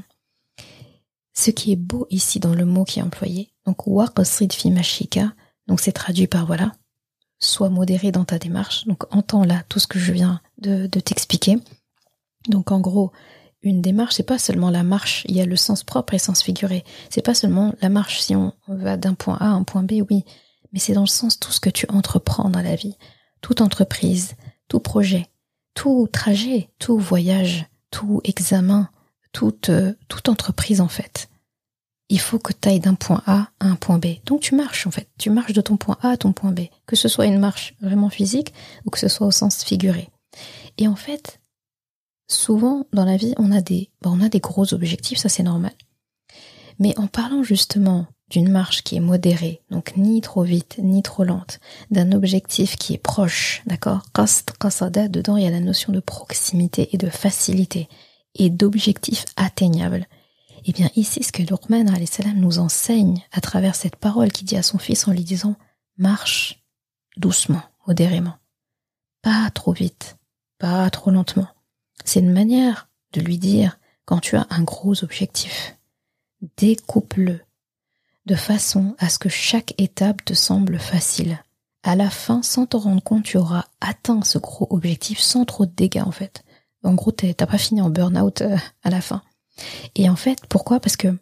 Ce qui est beau ici dans le mot qui est employé, donc waqsid fi mashika, donc c'est traduit par voilà, sois modéré dans ta démarche, donc entends là tout ce que je viens de t'expliquer. Donc en gros, une démarche, c'est pas seulement la marche, il y a le sens propre et le sens figuré. C'est pas seulement la marche si on va d'un point A à un point B, oui, mais c'est dans le sens tout ce que tu entreprends dans la vie, toute entreprise, tout projet, tout trajet, tout voyage, tout examen, toute entreprise en fait. Il faut que tu ailles d'un point A à un point B. Donc tu marches en fait, tu marches de ton point A à ton point B, que ce soit une marche vraiment physique ou que ce soit au sens figuré. Et en fait, souvent dans la vie, on a des gros objectifs, ça c'est normal. Mais en parlant justement d'une marche qui est modérée, donc ni trop vite, ni trop lente, d'un objectif qui est proche, d'accord ? Qasd, qasada, dedans il y a la notion de proximité et de facilité et d'objectif atteignable. Et bien ici, ce que Luqman alayhi salam nous enseigne à travers cette parole qu'il dit à son fils en lui disant « Marche doucement, modérément, pas trop vite, pas trop lentement ». C'est une manière de lui dire, quand tu as un gros objectif, découpe-le de façon à ce que chaque étape te semble facile. À la fin, sans te rendre compte, tu auras atteint ce gros objectif sans trop de dégâts en fait. En gros, t'as pas fini en burn-out à la fin. Et en fait, pourquoi ? Parce que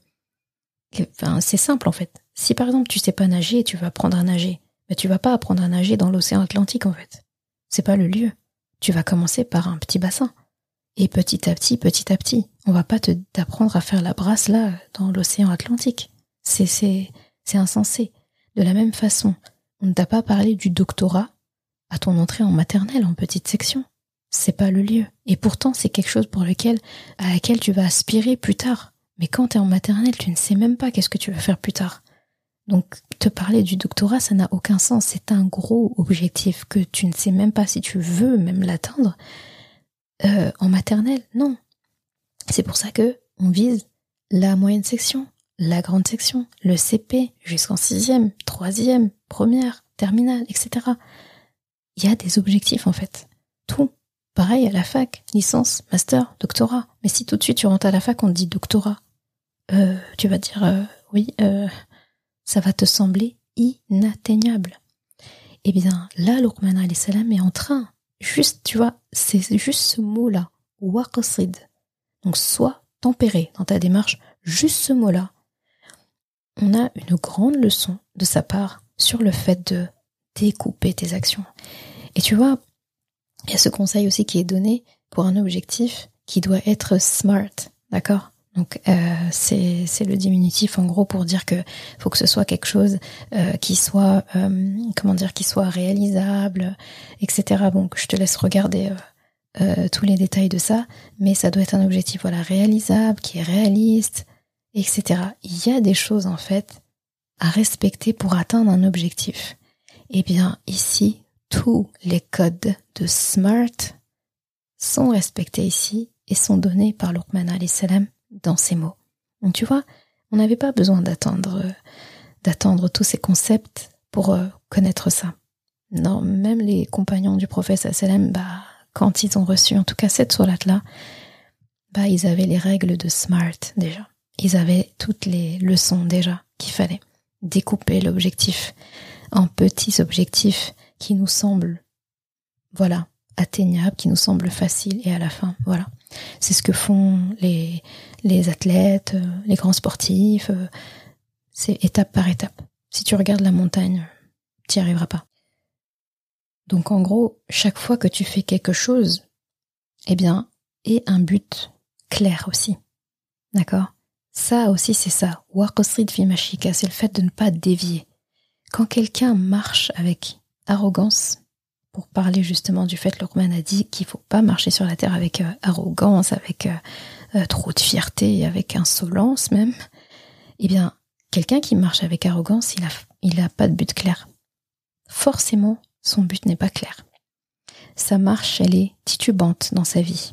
c'est simple en fait. Si par exemple tu sais pas nager et tu vas apprendre à nager, mais tu vas pas apprendre à nager dans l'océan Atlantique en fait. C'est pas le lieu. Tu vas commencer par un petit bassin. Et petit à petit, on va pas t'apprendre à faire la brasse là dans l'océan Atlantique. C'est insensé. De la même façon, on ne t'a pas parlé du doctorat à ton entrée en maternelle en petite section. C'est pas le lieu. Et pourtant, c'est quelque chose à laquelle tu vas aspirer plus tard. Mais quand tu es en maternelle, tu ne sais même pas qu'est-ce que tu veux faire plus tard. Donc, te parler du doctorat, ça n'a aucun sens. C'est un gros objectif que tu ne sais même pas si tu veux même l'atteindre. En maternelle, non. C'est pour ça que on vise la moyenne section, la grande section, le CP, jusqu'en 6e, 3e, première, terminale, etc. Il y a des objectifs, en fait. Tout. Pareil à la fac, licence, master, doctorat. Mais si tout de suite tu rentres à la fac, on te dit doctorat, tu vas dire oui, ça va te sembler inatteignable. Eh bien, là, Luqman alayhi salam est en train, juste, tu vois, c'est juste ce mot-là, waqsid. Donc, sois tempéré dans ta démarche, juste ce mot-là. On a une grande leçon de sa part sur le fait de découper tes actions. Et tu vois, il y a ce conseil aussi qui est donné pour un objectif qui doit être smart, d'accord ? Donc c'est le diminutif en gros pour dire que faut que ce soit quelque chose qui soit qui soit réalisable, etc. Bon, je te laisse regarder tous les détails de ça, mais ça doit être un objectif réalisable, qui est réaliste, etc. Il y a des choses en fait à respecter pour atteindre un objectif. Eh bien ici, tous les codes de SMART sont respectés ici et sont donnés par Luqman alayhi salam dans ces mots. Donc tu vois, on n'avait pas besoin d'attendre tous ces concepts pour connaître ça. Non, même les compagnons du prophète sallam, quand ils ont reçu en tout cas cette sourate-là, ils avaient les règles de SMART déjà. Ils avaient toutes les leçons déjà qu'il fallait. Découper l'objectif en petits objectifs qui nous semblent, atteignables, qui nous semblent faciles, et à la fin, c'est ce que font les athlètes, les grands sportifs, c'est étape par étape. Si tu regardes la montagne, tu n'y arriveras pas. Donc en gros, chaque fois que tu fais quelque chose, eh bien, aie un but clair aussi. D'accord ? Ça aussi, c'est ça. Waqsid fi mashika, c'est le fait de ne pas dévier. Quand quelqu'un marche avec arrogance, pour parler justement du fait, Luqman a dit qu'il ne faut pas marcher sur la terre avec arrogance, avec trop de fierté, avec insolence même, eh bien, quelqu'un qui marche avec arrogance, il a pas de but clair. Forcément, son but n'est pas clair. Sa marche, elle est titubante dans sa vie.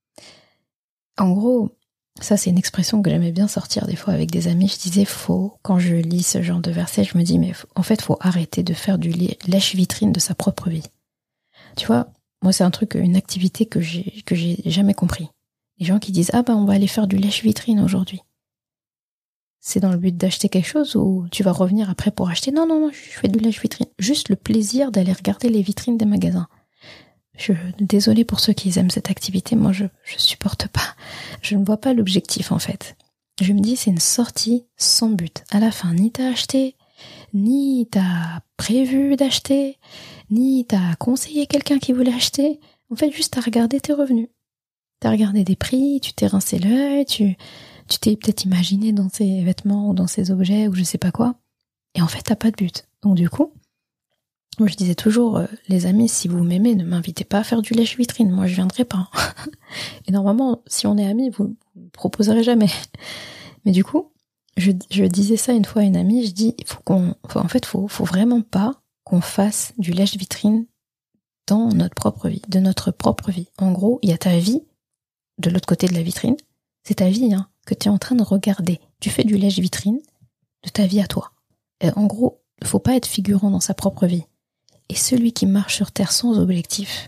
En gros, ça c'est une expression que j'aimais bien sortir des fois avec des amis, je disais, quand je lis ce genre de verset, je me dis, mais en fait, faut arrêter de faire du lèche-vitrine de sa propre vie. Tu vois, moi c'est un truc, une activité que j'ai jamais compris. Les gens qui disent, on va aller faire du lèche-vitrine aujourd'hui. C'est dans le but d'acheter quelque chose ou tu vas revenir après pour acheter? Non, je fais du lèche-vitrine. Juste le plaisir d'aller regarder les vitrines des magasins. Désolée pour ceux qui aiment cette activité, moi je supporte pas. Je ne vois pas l'objectif en fait. Je me dis c'est une sortie sans but. À la fin, ni t'as acheté, ni t'as prévu d'acheter, ni t'as conseillé quelqu'un qui voulait acheter. En fait, juste t'as regardé tes revenus. T'as regardé des prix, tu t'es rincé l'œil, tu t'es peut-être imaginé dans ces vêtements ou dans ces objets ou je sais pas quoi. Et en fait, t'as pas de but. Donc du coup, moi je disais toujours, les amis, si vous m'aimez, ne m'invitez pas à faire du lèche-vitrine, moi je viendrai pas. Et normalement, si on est amis, vous me proposerez jamais. Mais du coup, je disais ça une fois à une amie, je dis, faut vraiment pas qu'on fasse du lèche-vitrine dans notre propre vie, de notre propre vie. En gros, il y a ta vie de l'autre côté de la vitrine, c'est ta vie que tu es en train de regarder. Tu fais du lèche-vitrine de ta vie à toi. Et en gros, faut pas être figurant dans sa propre vie. Et celui qui marche sur terre sans objectif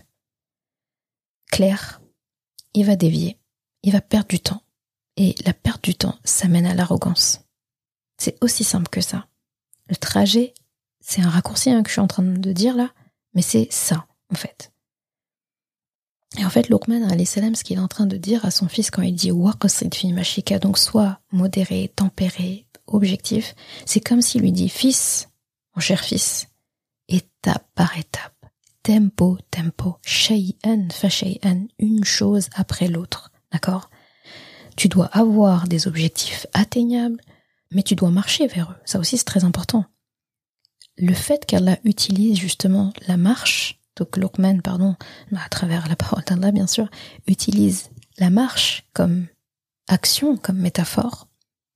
clair, il va dévier, il va perdre du temps. Et la perte du temps, ça mène à l'arrogance. C'est aussi simple que ça. Le trajet, c'est un raccourci que je suis en train de dire là, mais c'est ça, en fait. Et en fait, Luqman alayhi salam, ce qu'il est en train de dire à son fils quand il dit « Waqsid fi mashika », donc sois modéré, tempéré, objectif, c'est comme s'il lui dit « Fils, mon cher fils, étape par étape, tempo, shay'an fa shay'an, une chose après l'autre, d'accord ? Tu dois avoir des objectifs atteignables, mais tu dois marcher vers eux. Ça aussi, c'est très important. Le fait qu'Allah utilise justement la marche, donc Luqman, à travers la parole d'Allah, bien sûr, utilise la marche comme action, comme métaphore,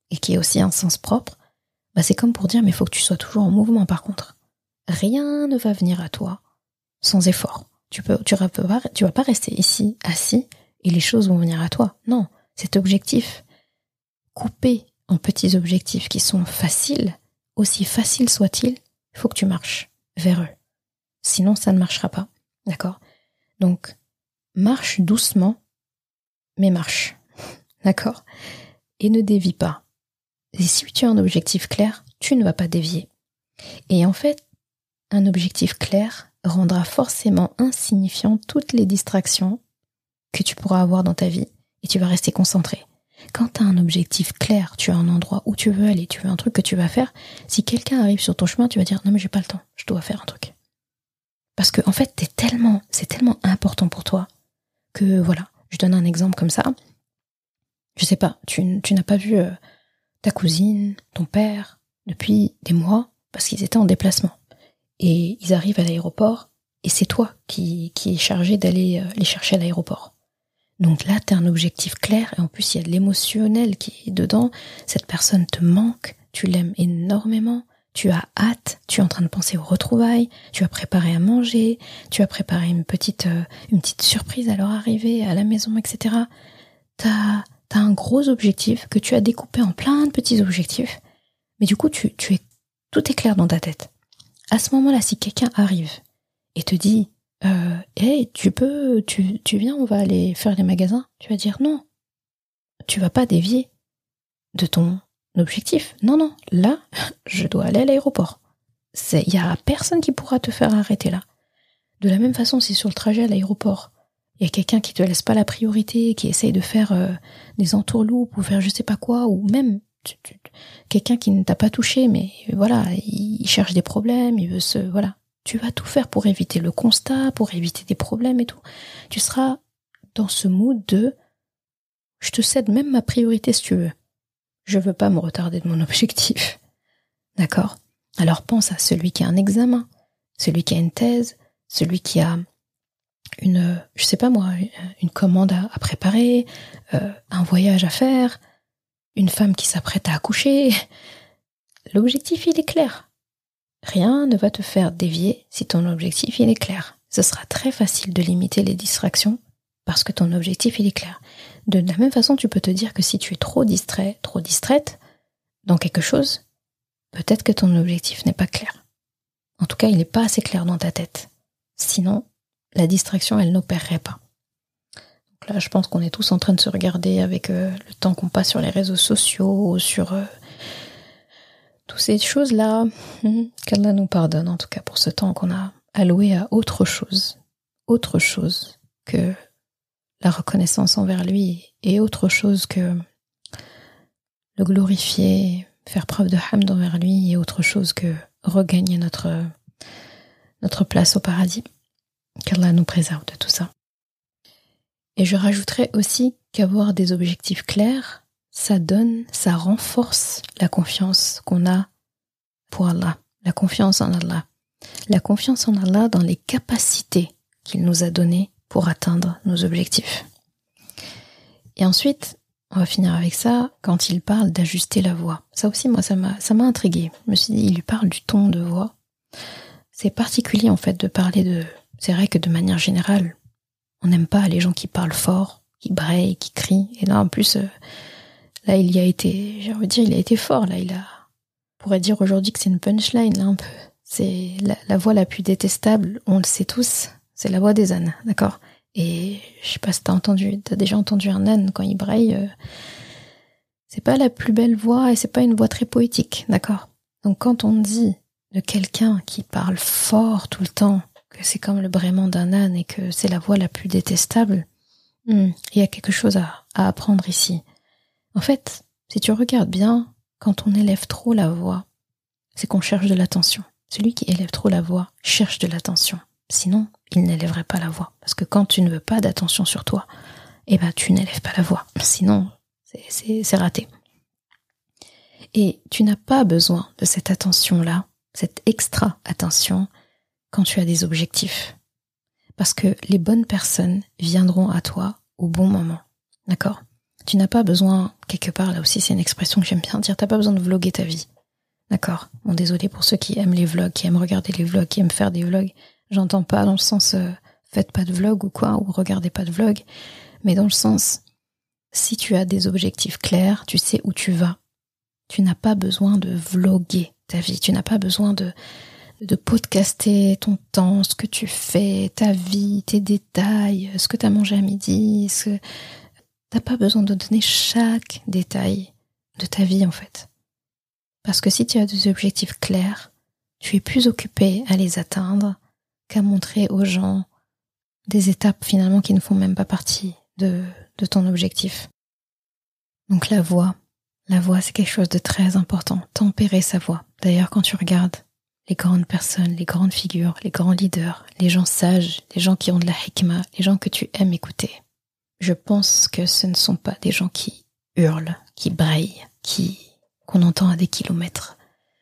et qui est aussi un sens propre, c'est comme pour dire, mais il faut que tu sois toujours en mouvement par contre. Rien ne va venir à toi sans effort. Tu vas pas rester ici, assis, et les choses vont venir à toi. Non, cet objectif, coupé en petits objectifs qui sont faciles, aussi faciles soient-ils, il faut que tu marches vers eux. Sinon, ça ne marchera pas. D'accord ? Donc, marche doucement, mais marche. D'accord ? Et ne dévie pas. Et si tu as un objectif clair, tu ne vas pas dévier. Et en fait, un objectif clair rendra forcément insignifiant toutes les distractions que tu pourras avoir dans ta vie et tu vas rester concentré. Quand tu as un objectif clair, tu as un endroit où tu veux aller, tu veux un truc que tu vas faire, si quelqu'un arrive sur ton chemin, tu vas dire « Non mais j'ai pas le temps, je dois faire un truc ». Parce que en fait, c'est tellement important pour toi que voilà, je donne un exemple comme ça. Je sais pas, tu n'as pas vu ta cousine, ton père, depuis des mois, parce qu'ils étaient en déplacement. Et ils arrivent à l'aéroport, et c'est toi qui es chargé d'aller les chercher à l'aéroport. Donc là, tu as un objectif clair, et en plus, il y a de l'émotionnel qui est dedans. Cette personne te manque, tu l'aimes énormément, tu as hâte, tu es en train de penser aux retrouvailles, tu as préparé à manger, tu as préparé une petite surprise à leur arrivée à la maison, etc. T'as un gros objectif que tu as découpé en plein de petits objectifs, mais du coup, tout est clair dans ta tête. À ce moment-là, si quelqu'un arrive et te dit hey, tu viens, on va aller faire les magasins, tu vas dire non. Tu vas pas dévier de ton objectif. Non, là, je dois aller à l'aéroport. Il y a personne qui pourra te faire arrêter là. De la même façon, si sur le trajet à l'aéroport, il y a quelqu'un qui te laisse pas la priorité, qui essaye de faire des entourloupes ou faire je sais pas quoi, ou même quelqu'un qui ne t'a pas touché, mais voilà, il cherche des problèmes, il veut voilà. Tu vas tout faire pour éviter le constat, pour éviter des problèmes et tout. Tu seras dans ce mood de je te cède même ma priorité si tu veux. Je veux pas me retarder de mon objectif. D'accord ? Alors pense à celui qui a un examen, celui qui a une thèse, celui qui a une commande à préparer, un voyage à faire, une femme qui s'apprête à accoucher. L'objectif, il est clair. Rien ne va te faire dévier si ton objectif, il est clair. Ce sera très facile de limiter les distractions parce que ton objectif, il est clair. De la même façon, tu peux te dire que si tu es trop distrait, trop distraite dans quelque chose, peut-être que ton objectif n'est pas clair. En tout cas, il n'est pas assez clair dans ta tête. Sinon, la distraction, elle n'opérerait pas. Donc là, je pense qu'on est tous en train de se regarder avec le temps qu'on passe sur les réseaux sociaux, sur toutes ces choses-là. Qu'Allah nous pardonne, en tout cas, pour ce temps qu'on a alloué à autre chose que la reconnaissance envers lui et autre chose que le glorifier, faire preuve de hamd envers lui et autre chose que regagner notre place au paradis. Qu'Allah nous préserve de tout ça. Et je rajouterais aussi qu'avoir des objectifs clairs, ça renforce la confiance qu'on a pour Allah, la confiance en Allah. La confiance en Allah dans les capacités qu'il nous a données pour atteindre nos objectifs. Et ensuite, on va finir avec ça, quand il parle d'ajuster la voix. Ça aussi, moi, ça m'a intriguée. Je me suis dit, il lui parle du ton de voix. C'est particulier, en fait, de parler de... C'est vrai que de manière générale, on n'aime pas les gens qui parlent fort, qui braillent, qui crient. Et là, en plus, là, il a été fort. Là, on pourrait dire aujourd'hui que c'est une punchline, là, un peu. C'est la voix la plus détestable, on le sait tous, c'est la voix des ânes, d'accord ? Et je sais pas si t'as déjà entendu un âne quand il braille, c'est pas la plus belle voix et c'est pas une voix très poétique, d'accord ? Donc quand on dit de quelqu'un qui parle fort tout le temps, que c'est comme le braiement d'un âne et que c'est la voix la plus détestable, il y a quelque chose à apprendre ici. En fait, si tu regardes bien, quand on élève trop la voix, c'est qu'on cherche de l'attention. Celui qui élève trop la voix cherche de l'attention. Sinon, il n'élèverait pas la voix. Parce que quand tu ne veux pas d'attention sur toi, tu n'élèves pas la voix. Sinon, c'est raté. Et tu n'as pas besoin de cette attention-là, cette extra attention, quand tu as des objectifs. Parce que les bonnes personnes viendront à toi au bon moment. D'accord ? Tu n'as pas besoin, quelque part, là aussi c'est une expression que j'aime bien dire, t'as pas besoin de vlogger ta vie. D'accord. Bon, désolé pour ceux qui aiment les vlogs, qui aiment regarder les vlogs, qui aiment faire des vlogs. J'entends pas dans le sens faites pas de vlog ou quoi, ou regardez pas de vlog, mais dans le sens si tu as des objectifs clairs, tu sais où tu vas. Tu n'as pas besoin de vlogger ta vie, tu n'as pas besoin de podcaster ton temps, ce que tu fais, ta vie, tes détails, ce que tu as mangé à midi, t'as pas besoin de donner chaque détail de ta vie en fait. Parce que si tu as des objectifs clairs, tu es plus occupé à les atteindre qu'à montrer aux gens des étapes finalement qui ne font même pas partie de ton objectif. Donc la voix c'est quelque chose de très important. Tempérer sa voix. D'ailleurs quand tu regardes les grandes personnes, les grandes figures, les grands leaders, les gens sages, les gens qui ont de la hikma, les gens que tu aimes écouter, je pense que ce ne sont pas des gens qui hurlent, qui braillent, qu'on entend à des kilomètres.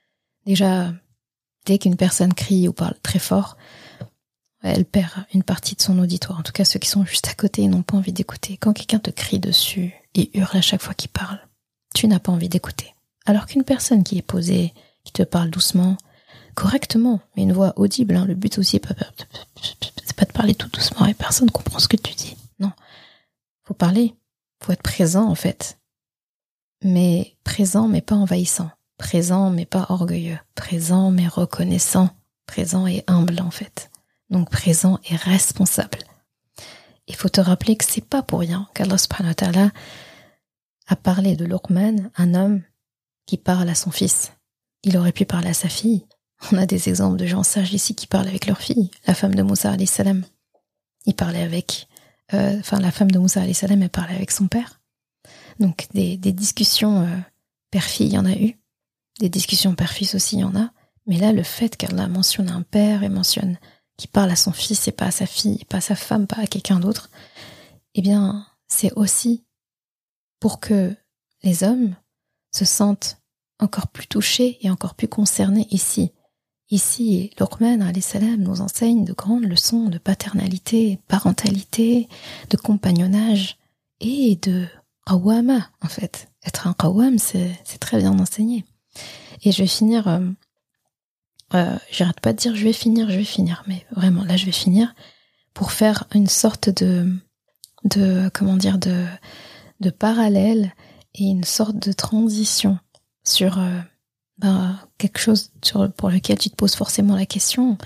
Déjà, dès qu'une personne crie ou parle très fort, elle perd une partie de son auditoire. En tout cas, ceux qui sont juste à côté, ils n'ont pas envie d'écouter. Quand quelqu'un te crie dessus et hurle à chaque fois qu'il parle, tu n'as pas envie d'écouter. Alors qu'une personne qui est posée, qui te parle doucement, correctement, mais une voix audible, le but aussi, c'est pas de parler tout doucement et personne ne comprend ce que tu dis. Non. Faut parler. Faut être présent, en fait. Mais présent, mais pas envahissant. Présent, mais pas orgueilleux. Présent, mais reconnaissant. Présent et humble, en fait. Donc présent et responsable. Il faut te rappeler que c'est pas pour rien qu'Allah subhanahu wa ta'ala a parlé de Luqman, un homme qui parle à son fils. Il aurait pu parler à sa fille. On a des exemples de gens sages ici qui parlent avec leur fille. La femme de Moussa alayhi salam. Il parlait avec... la femme de Moussa alayhi salam, elle parlait avec son père. Donc des discussions père-fille, il y en a eu. Des discussions père-fils aussi, il y en a. Mais là, le fait qu'Allah mentionne un père et mentionne qui parle à son fils et pas à sa fille, pas à sa femme, pas à quelqu'un d'autre, eh bien, c'est aussi pour que les hommes se sentent encore plus touchés et encore plus concernés ici. Ici, Luqman alayhi salam nous enseigne de grandes leçons de paternalité, de parentalité, de compagnonnage et de qawama, en fait. Être un qawam, c'est très bien enseigné. Et je vais finir, j'arrête pas de dire je vais finir, mais vraiment, là je vais finir pour faire une sorte de parallèle et une sorte de transition sur quelque chose pour lequel tu te poses forcément la question.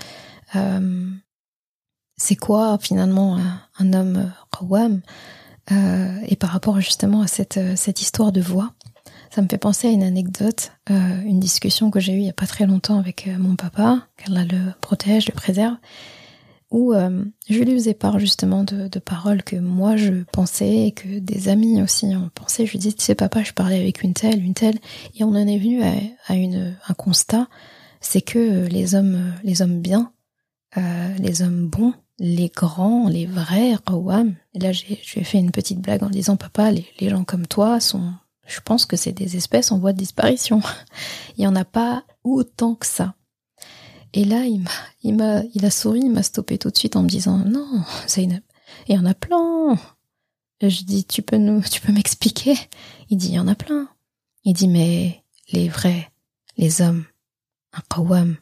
C'est quoi finalement un homme qawwam, et par rapport justement à cette histoire de voix, ça me fait penser à une anecdote, une discussion que j'ai eue il y a pas très longtemps avec mon papa, qu'Allah le protège, le préserve, où je lui faisais part justement de paroles que moi je pensais et que des amis aussi ont pensé. Je lui disais, tu sais papa, je parlais avec une telle, et on en est venu à un constat, c'est que les hommes bien, les hommes bons, les grands, les vrais qawwam, et là je lui ai fait une petite blague en disant, papa, les gens comme toi sont, je pense que c'est des espèces en voie de disparition. Il n'y en a pas autant que ça. Et là, il a souri, il m'a stoppé tout de suite en me disant, non, Zeynep, il y en a plein. Et je dis, tu peux m'expliquer? Il dit, il y en a plein. Il dit, mais les vrais, les hommes, un qawwam,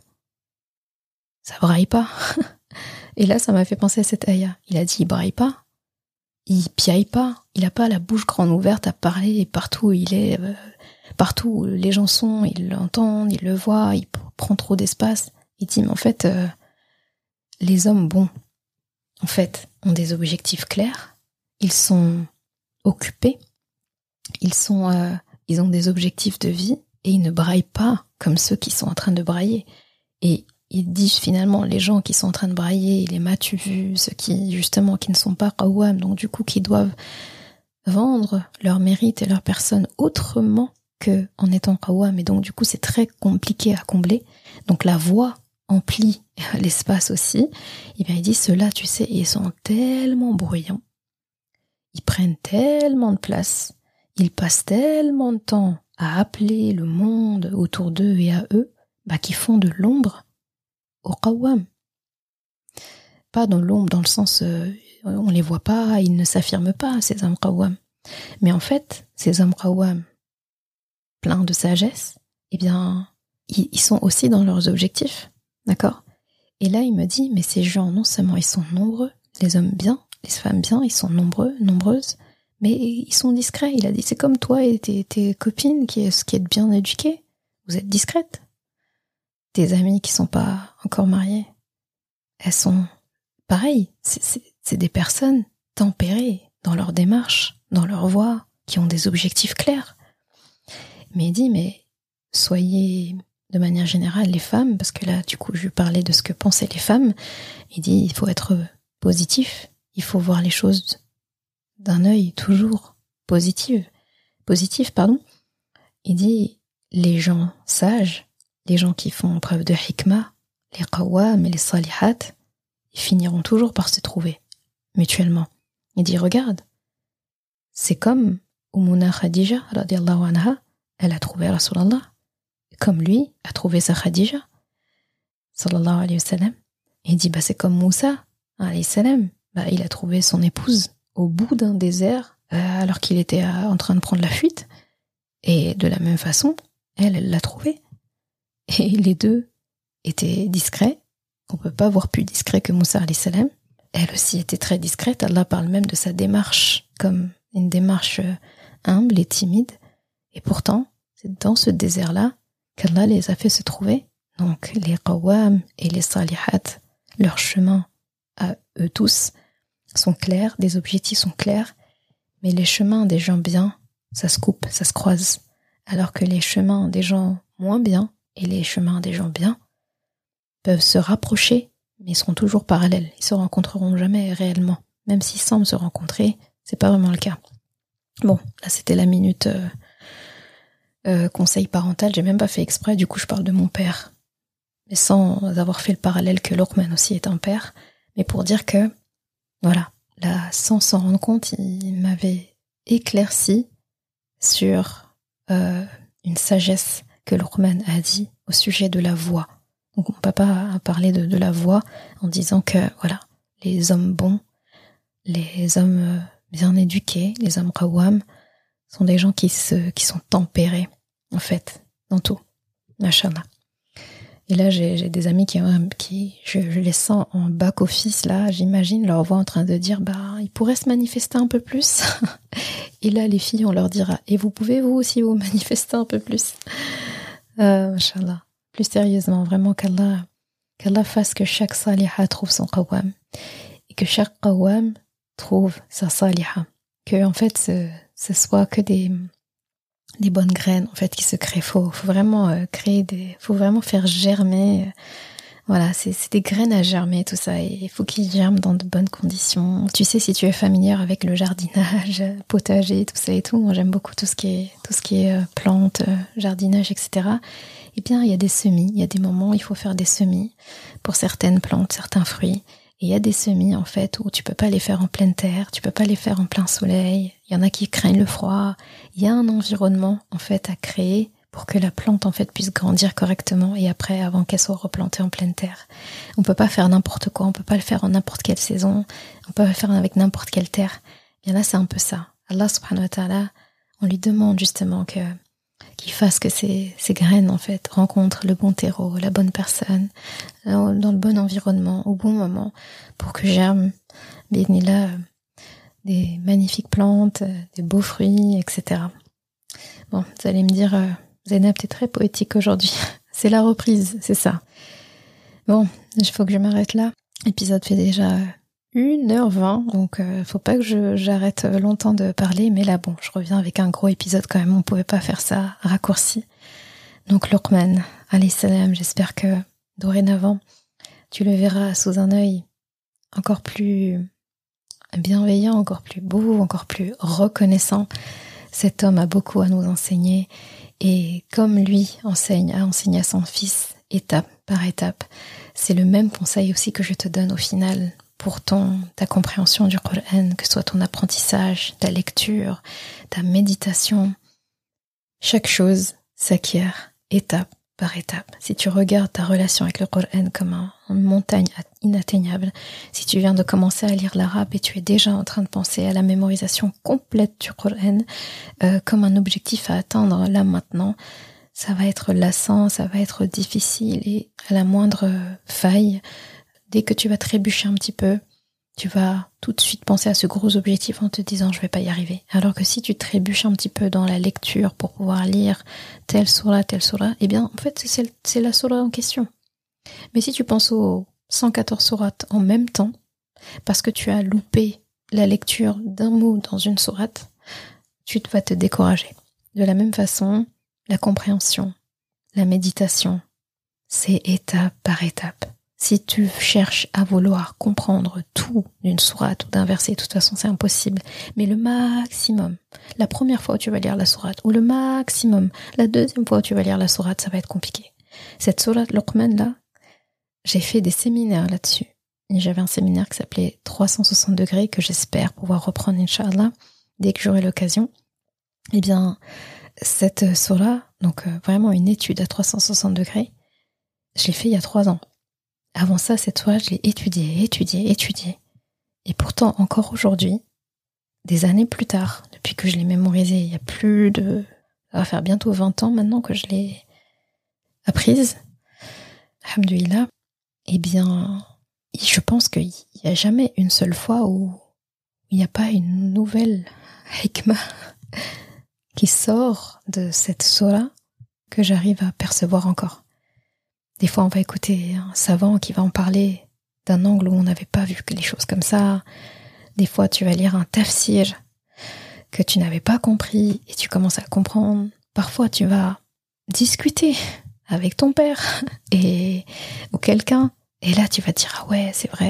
ça braille pas. Et là, ça m'a fait penser à cette ayah. Il a dit, il braille pas, il piaille pas, il a pas la bouche grande ouverte à parler, et partout où il est, partout où les gens sont, ils l'entendent, ils le voient, il prend trop d'espace. Il dit, mais en fait, les hommes bons, en fait, ont des objectifs clairs, ils sont occupés, ils ont des objectifs de vie, et ils ne braillent pas comme ceux qui sont en train de brailler. Et ils disent finalement, les gens qui sont en train de brailler, les m'as-tu vu, ceux qui, justement, qui ne sont pas qawwam, donc du coup, qui doivent vendre leur mérite et leur personne autrement que en étant qawwam, et donc du coup, c'est très compliqué à combler. Donc la voix emplit l'espace aussi. Et bien il dit, ceux-là, tu sais, ils sont tellement bruyants, ils prennent tellement de place, ils passent tellement de temps à appeler le monde autour d'eux et à eux, qu'ils font de l'ombre au qawwam. Pas dans l'ombre dans le sens on les voit pas, ils ne s'affirment pas, ces hommes qawwam, Mais en fait, ces hommes qawwam, pleins de sagesse, eh bien, ils sont aussi dans leurs objectifs, d'accord? Et là, il me dit, mais ces gens, non seulement ils sont nombreux, les hommes bien, les femmes bien, ils sont nombreux, nombreuses, mais ils sont discrets. Il a dit, c'est comme toi et tes copines qui êtes bien éduquées, vous êtes discrètes. Tes amies qui sont pas encore mariées, elles sont pareilles. C'est des personnes tempérées dans leur démarche, dans leur voix, qui ont des objectifs clairs. Mais il dit, mais soyez de manière générale les femmes, parce que là, du coup, je parlais de ce que pensaient les femmes. Il dit, il faut être positif, il faut voir les choses d'un œil toujours positif. Il dit, les gens sages, les gens qui font preuve de hikmah, les qawwam et les salihat, ils finiront toujours par se trouver, mutuellement. Il dit, regarde, c'est comme Ummuna Khadija, radiallahu anha, elle a trouvé Rasulallah, comme lui a trouvé sa Khadija, sallallahu alayhi wa sallam. Il dit, c'est comme Moussa, alayhi salam, il a trouvé son épouse au bout d'un désert, alors qu'il était en train de prendre la fuite, et de la même façon, elle l'a trouvé. Et les deux étaient discrets. On peut pas voir plus discret que Moussa alayhi salam. Elle aussi était très discrète. Allah parle même de sa démarche comme une démarche humble et timide. Et pourtant, c'est dans ce désert-là qu'Allah les a fait se trouver. Donc les qawwam et les salihat, leur chemin à eux tous sont clairs, des objectifs sont clairs, mais les chemins des gens bien, ça se coupe, ça se croise. Alors que les chemins des gens moins bien et les chemins des gens bien peuvent se rapprocher, mais ils seront toujours parallèles. Ils se rencontreront jamais réellement. Même s'ils semblent se rencontrer, c'est pas vraiment le cas. Bon, là c'était la minute conseil parental. J'ai même pas fait exprès, du coup je parle de mon père. Mais sans avoir fait le parallèle que Luqman aussi est un père. Mais pour dire que, voilà, là, sans s'en rendre compte, il m'avait éclairci sur une sagesse que Luqman a dit au sujet de la voix. Donc mon papa a parlé de la voix en disant que, voilà, les hommes bons, les hommes bien éduqués, les hommes qawwam, sont des gens qui sont tempérés, en fait, dans tout. Machallah. Et là, j'ai des amis qui je les sens en back-office, là, j'imagine leur voix en train de dire, ils pourraient se manifester un peu plus. Et là, les filles, on leur dira, et vous pouvez, vous aussi, vous manifester un peu plus. Machallah. Plus sérieusement, vraiment qu'Allah fasse que chaque saliha trouve son qawwam. Et que chaque qawwam trouve sa saliha. Que, en fait, ce soit que des bonnes graines, en fait, qui se créent. Faut vraiment faut vraiment faire germer. Voilà, c'est des graines à germer, tout ça. Et il faut qu'ils germent dans de bonnes conditions. Tu sais, si tu es familière avec le jardinage, potager, tout ça et tout, moi j'aime beaucoup tout ce qui est plantes, jardinage, etc. Eh bien, il y a des semis. Il y a des moments où il faut faire des semis pour certaines plantes, certains fruits. Et il y a des semis, en fait, où tu peux pas les faire en pleine terre, tu peux pas les faire en plein soleil. Il y en a qui craignent le froid. Il y a un environnement, en fait, à créer pour que la plante, en fait, puisse grandir correctement et après, avant qu'elle soit replantée en pleine terre. On peut pas faire n'importe quoi, on peut pas le faire en n'importe quelle saison, on peut pas le faire avec n'importe quelle terre. Bien là, c'est un peu ça. Allah subhanahu wa ta'ala, on lui demande justement qu'il fasse que ces graines, en fait, rencontrent le bon terreau, la bonne personne, dans le bon environnement, au bon moment, pour que germent, là, des magnifiques plantes, des beaux fruits, etc. Bon, vous allez me dire, Zainab, t'es très poétique aujourd'hui. C'est la reprise, c'est ça. Bon, il faut que je m'arrête là. L'épisode fait déjà 1h20, donc faut pas que j'arrête longtemps de parler, mais là bon, je reviens avec un gros épisode quand même, on pouvait pas faire ça raccourci. Donc Luqman, alayhi salam, j'espère que dorénavant, tu le verras sous un œil encore plus bienveillant, encore plus beau, encore plus reconnaissant. Cet homme a beaucoup à nous enseigner, et comme lui a enseigné à son fils, étape par étape, c'est le même conseil aussi que je te donne au final, pour ta compréhension du Coran, que ce soit ton apprentissage, ta lecture, ta méditation. Chaque chose s'acquiert étape par étape, si tu regardes ta relation avec le Coran comme une montagne inatteignable, si tu viens de commencer à lire l'arabe et tu es déjà en train de penser à la mémorisation complète du Coran comme un objectif à atteindre là maintenant, ça va être lassant, ça va être difficile et à la moindre faille, dès que tu vas trébucher un petit peu, tu vas tout de suite penser à ce gros objectif en te disant je vais pas y arriver. Alors que si tu trébuches un petit peu dans la lecture pour pouvoir lire telle sourate, eh bien en fait c'est la sourate en question. Mais si tu penses aux 114 sourates en même temps, parce que tu as loupé la lecture d'un mot dans une sourate, tu vas te décourager. De la même façon, la compréhension, la méditation, c'est étape par étape. Si tu cherches à vouloir comprendre tout d'une sourate ou d'un verset, de toute façon c'est impossible. Mais le maximum, la première fois où tu vas lire la sourate, ou le maximum, la deuxième fois où tu vas lire la sourate, ça va être compliqué. Cette sourate Luqman là, j'ai fait des séminaires là-dessus. Et j'avais un séminaire qui s'appelait 360 degrés que j'espère pouvoir reprendre Inch'Allah dès que j'aurai l'occasion. Eh bien, cette sourate, donc vraiment une étude à 360 degrés, je l'ai fait il y a 3 ans. Avant ça, cette sourate, je l'ai étudiée. Et pourtant, encore aujourd'hui, des années plus tard, depuis que je l'ai mémorisée, il y a ça va faire bientôt 20 ans maintenant que je l'ai apprise, alhamdoulilah, eh bien, je pense qu'il n'y a jamais une seule fois où il n'y a pas une nouvelle hikmah qui sort de cette sourate que j'arrive à percevoir encore. Des fois, on va écouter un savant qui va en parler d'un angle où on n'avait pas vu les choses comme ça. Des fois, tu vas lire un tafsir que tu n'avais pas compris et tu commences à comprendre. Parfois, tu vas discuter avec ton père ou quelqu'un et là, tu vas te dire « Ah ouais, c'est vrai ».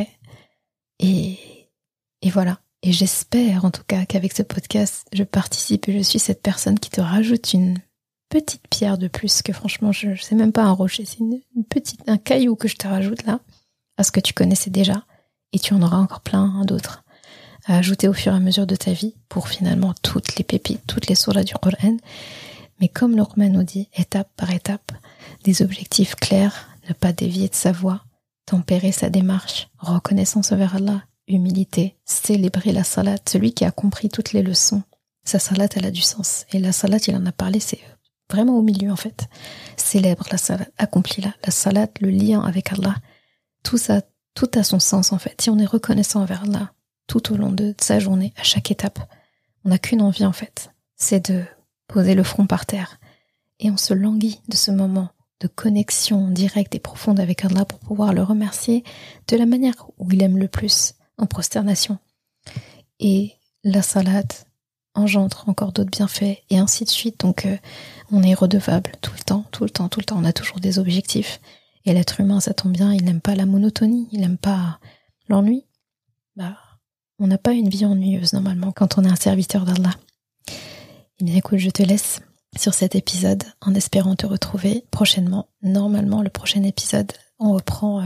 Et voilà. Et j'espère en tout cas qu'avec ce podcast, je participe et je suis cette personne qui te rajoute une petite pierre de plus, que franchement je sais même pas un rocher, c'est un caillou que je te rajoute là, à ce que tu connaissais déjà, et tu en auras encore plein d'autres à ajouter au fur et à mesure de ta vie pour finalement toutes les pépites, toutes les sourates du Coran. Mais comme le Coran nous dit, étape par étape, des objectifs clairs, ne pas dévier de sa voie, tempérer sa démarche, reconnaissance envers Allah, humilité, célébrer la salat. Celui qui a compris toutes les leçons, sa salat elle a du sens, et la salat il en a parlé, c'est vraiment au milieu en fait. Célèbre la salat, accomplis-la. La salat, le lien avec Allah, tout ça, tout a son sens en fait. Si on est reconnaissant envers Allah tout au long de sa journée, à chaque étape, on n'a qu'une envie en fait, c'est de poser le front par terre. Et on se languit de ce moment de connexion directe et profonde avec Allah pour pouvoir le remercier de la manière où il aime le plus, en prosternation. Et la salat engendre encore d'autres bienfaits et ainsi de suite. Donc on est redevable tout le temps. On a toujours des objectifs. Et l'être humain, ça tombe bien, il n'aime pas la monotonie, il n'aime pas l'ennui. On n'a pas une vie ennuyeuse normalement quand on est un serviteur d'Allah. Eh bien écoute, je te laisse sur cet épisode en espérant te retrouver prochainement. Normalement, le prochain épisode, on reprend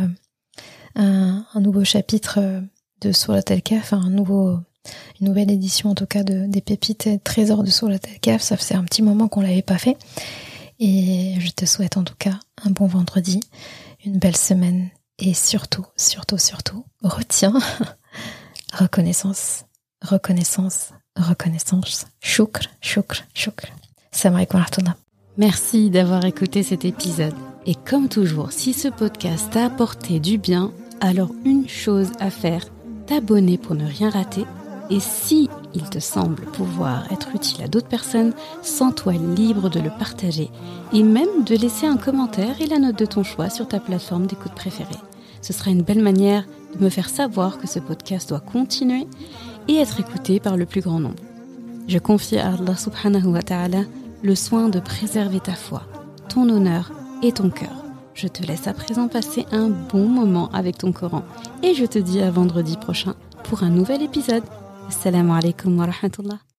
un nouveau chapitre de Sourate Al-Kahf, une nouvelle édition en tout cas des pépites et trésors de Sourate Al-Kahf. Ça faisait un petit moment qu'on l'avait pas fait. Et je te souhaite en tout cas un bon vendredi, une belle semaine et surtout, retiens reconnaissance. Shukr. Salam alaikum wa rahmatullah. Merci d'avoir écouté cet épisode. Et comme toujours, si ce podcast t'a apporté du bien, alors une chose à faire, t'abonner pour ne rien rater. Et si il te semble pouvoir être utile à d'autres personnes, sens-toi libre de le partager et même de laisser un commentaire et la note de ton choix sur ta plateforme d'écoute préférée. Ce sera une belle manière de me faire savoir que ce podcast doit continuer et être écouté par le plus grand nombre. Je confie à Allah subhanahu wa ta'ala le soin de préserver ta foi, ton honneur et ton cœur. Je te laisse à présent passer un bon moment avec ton Coran et je te dis à vendredi prochain pour un nouvel épisode. Assalamu alaikum wa rahmatullah.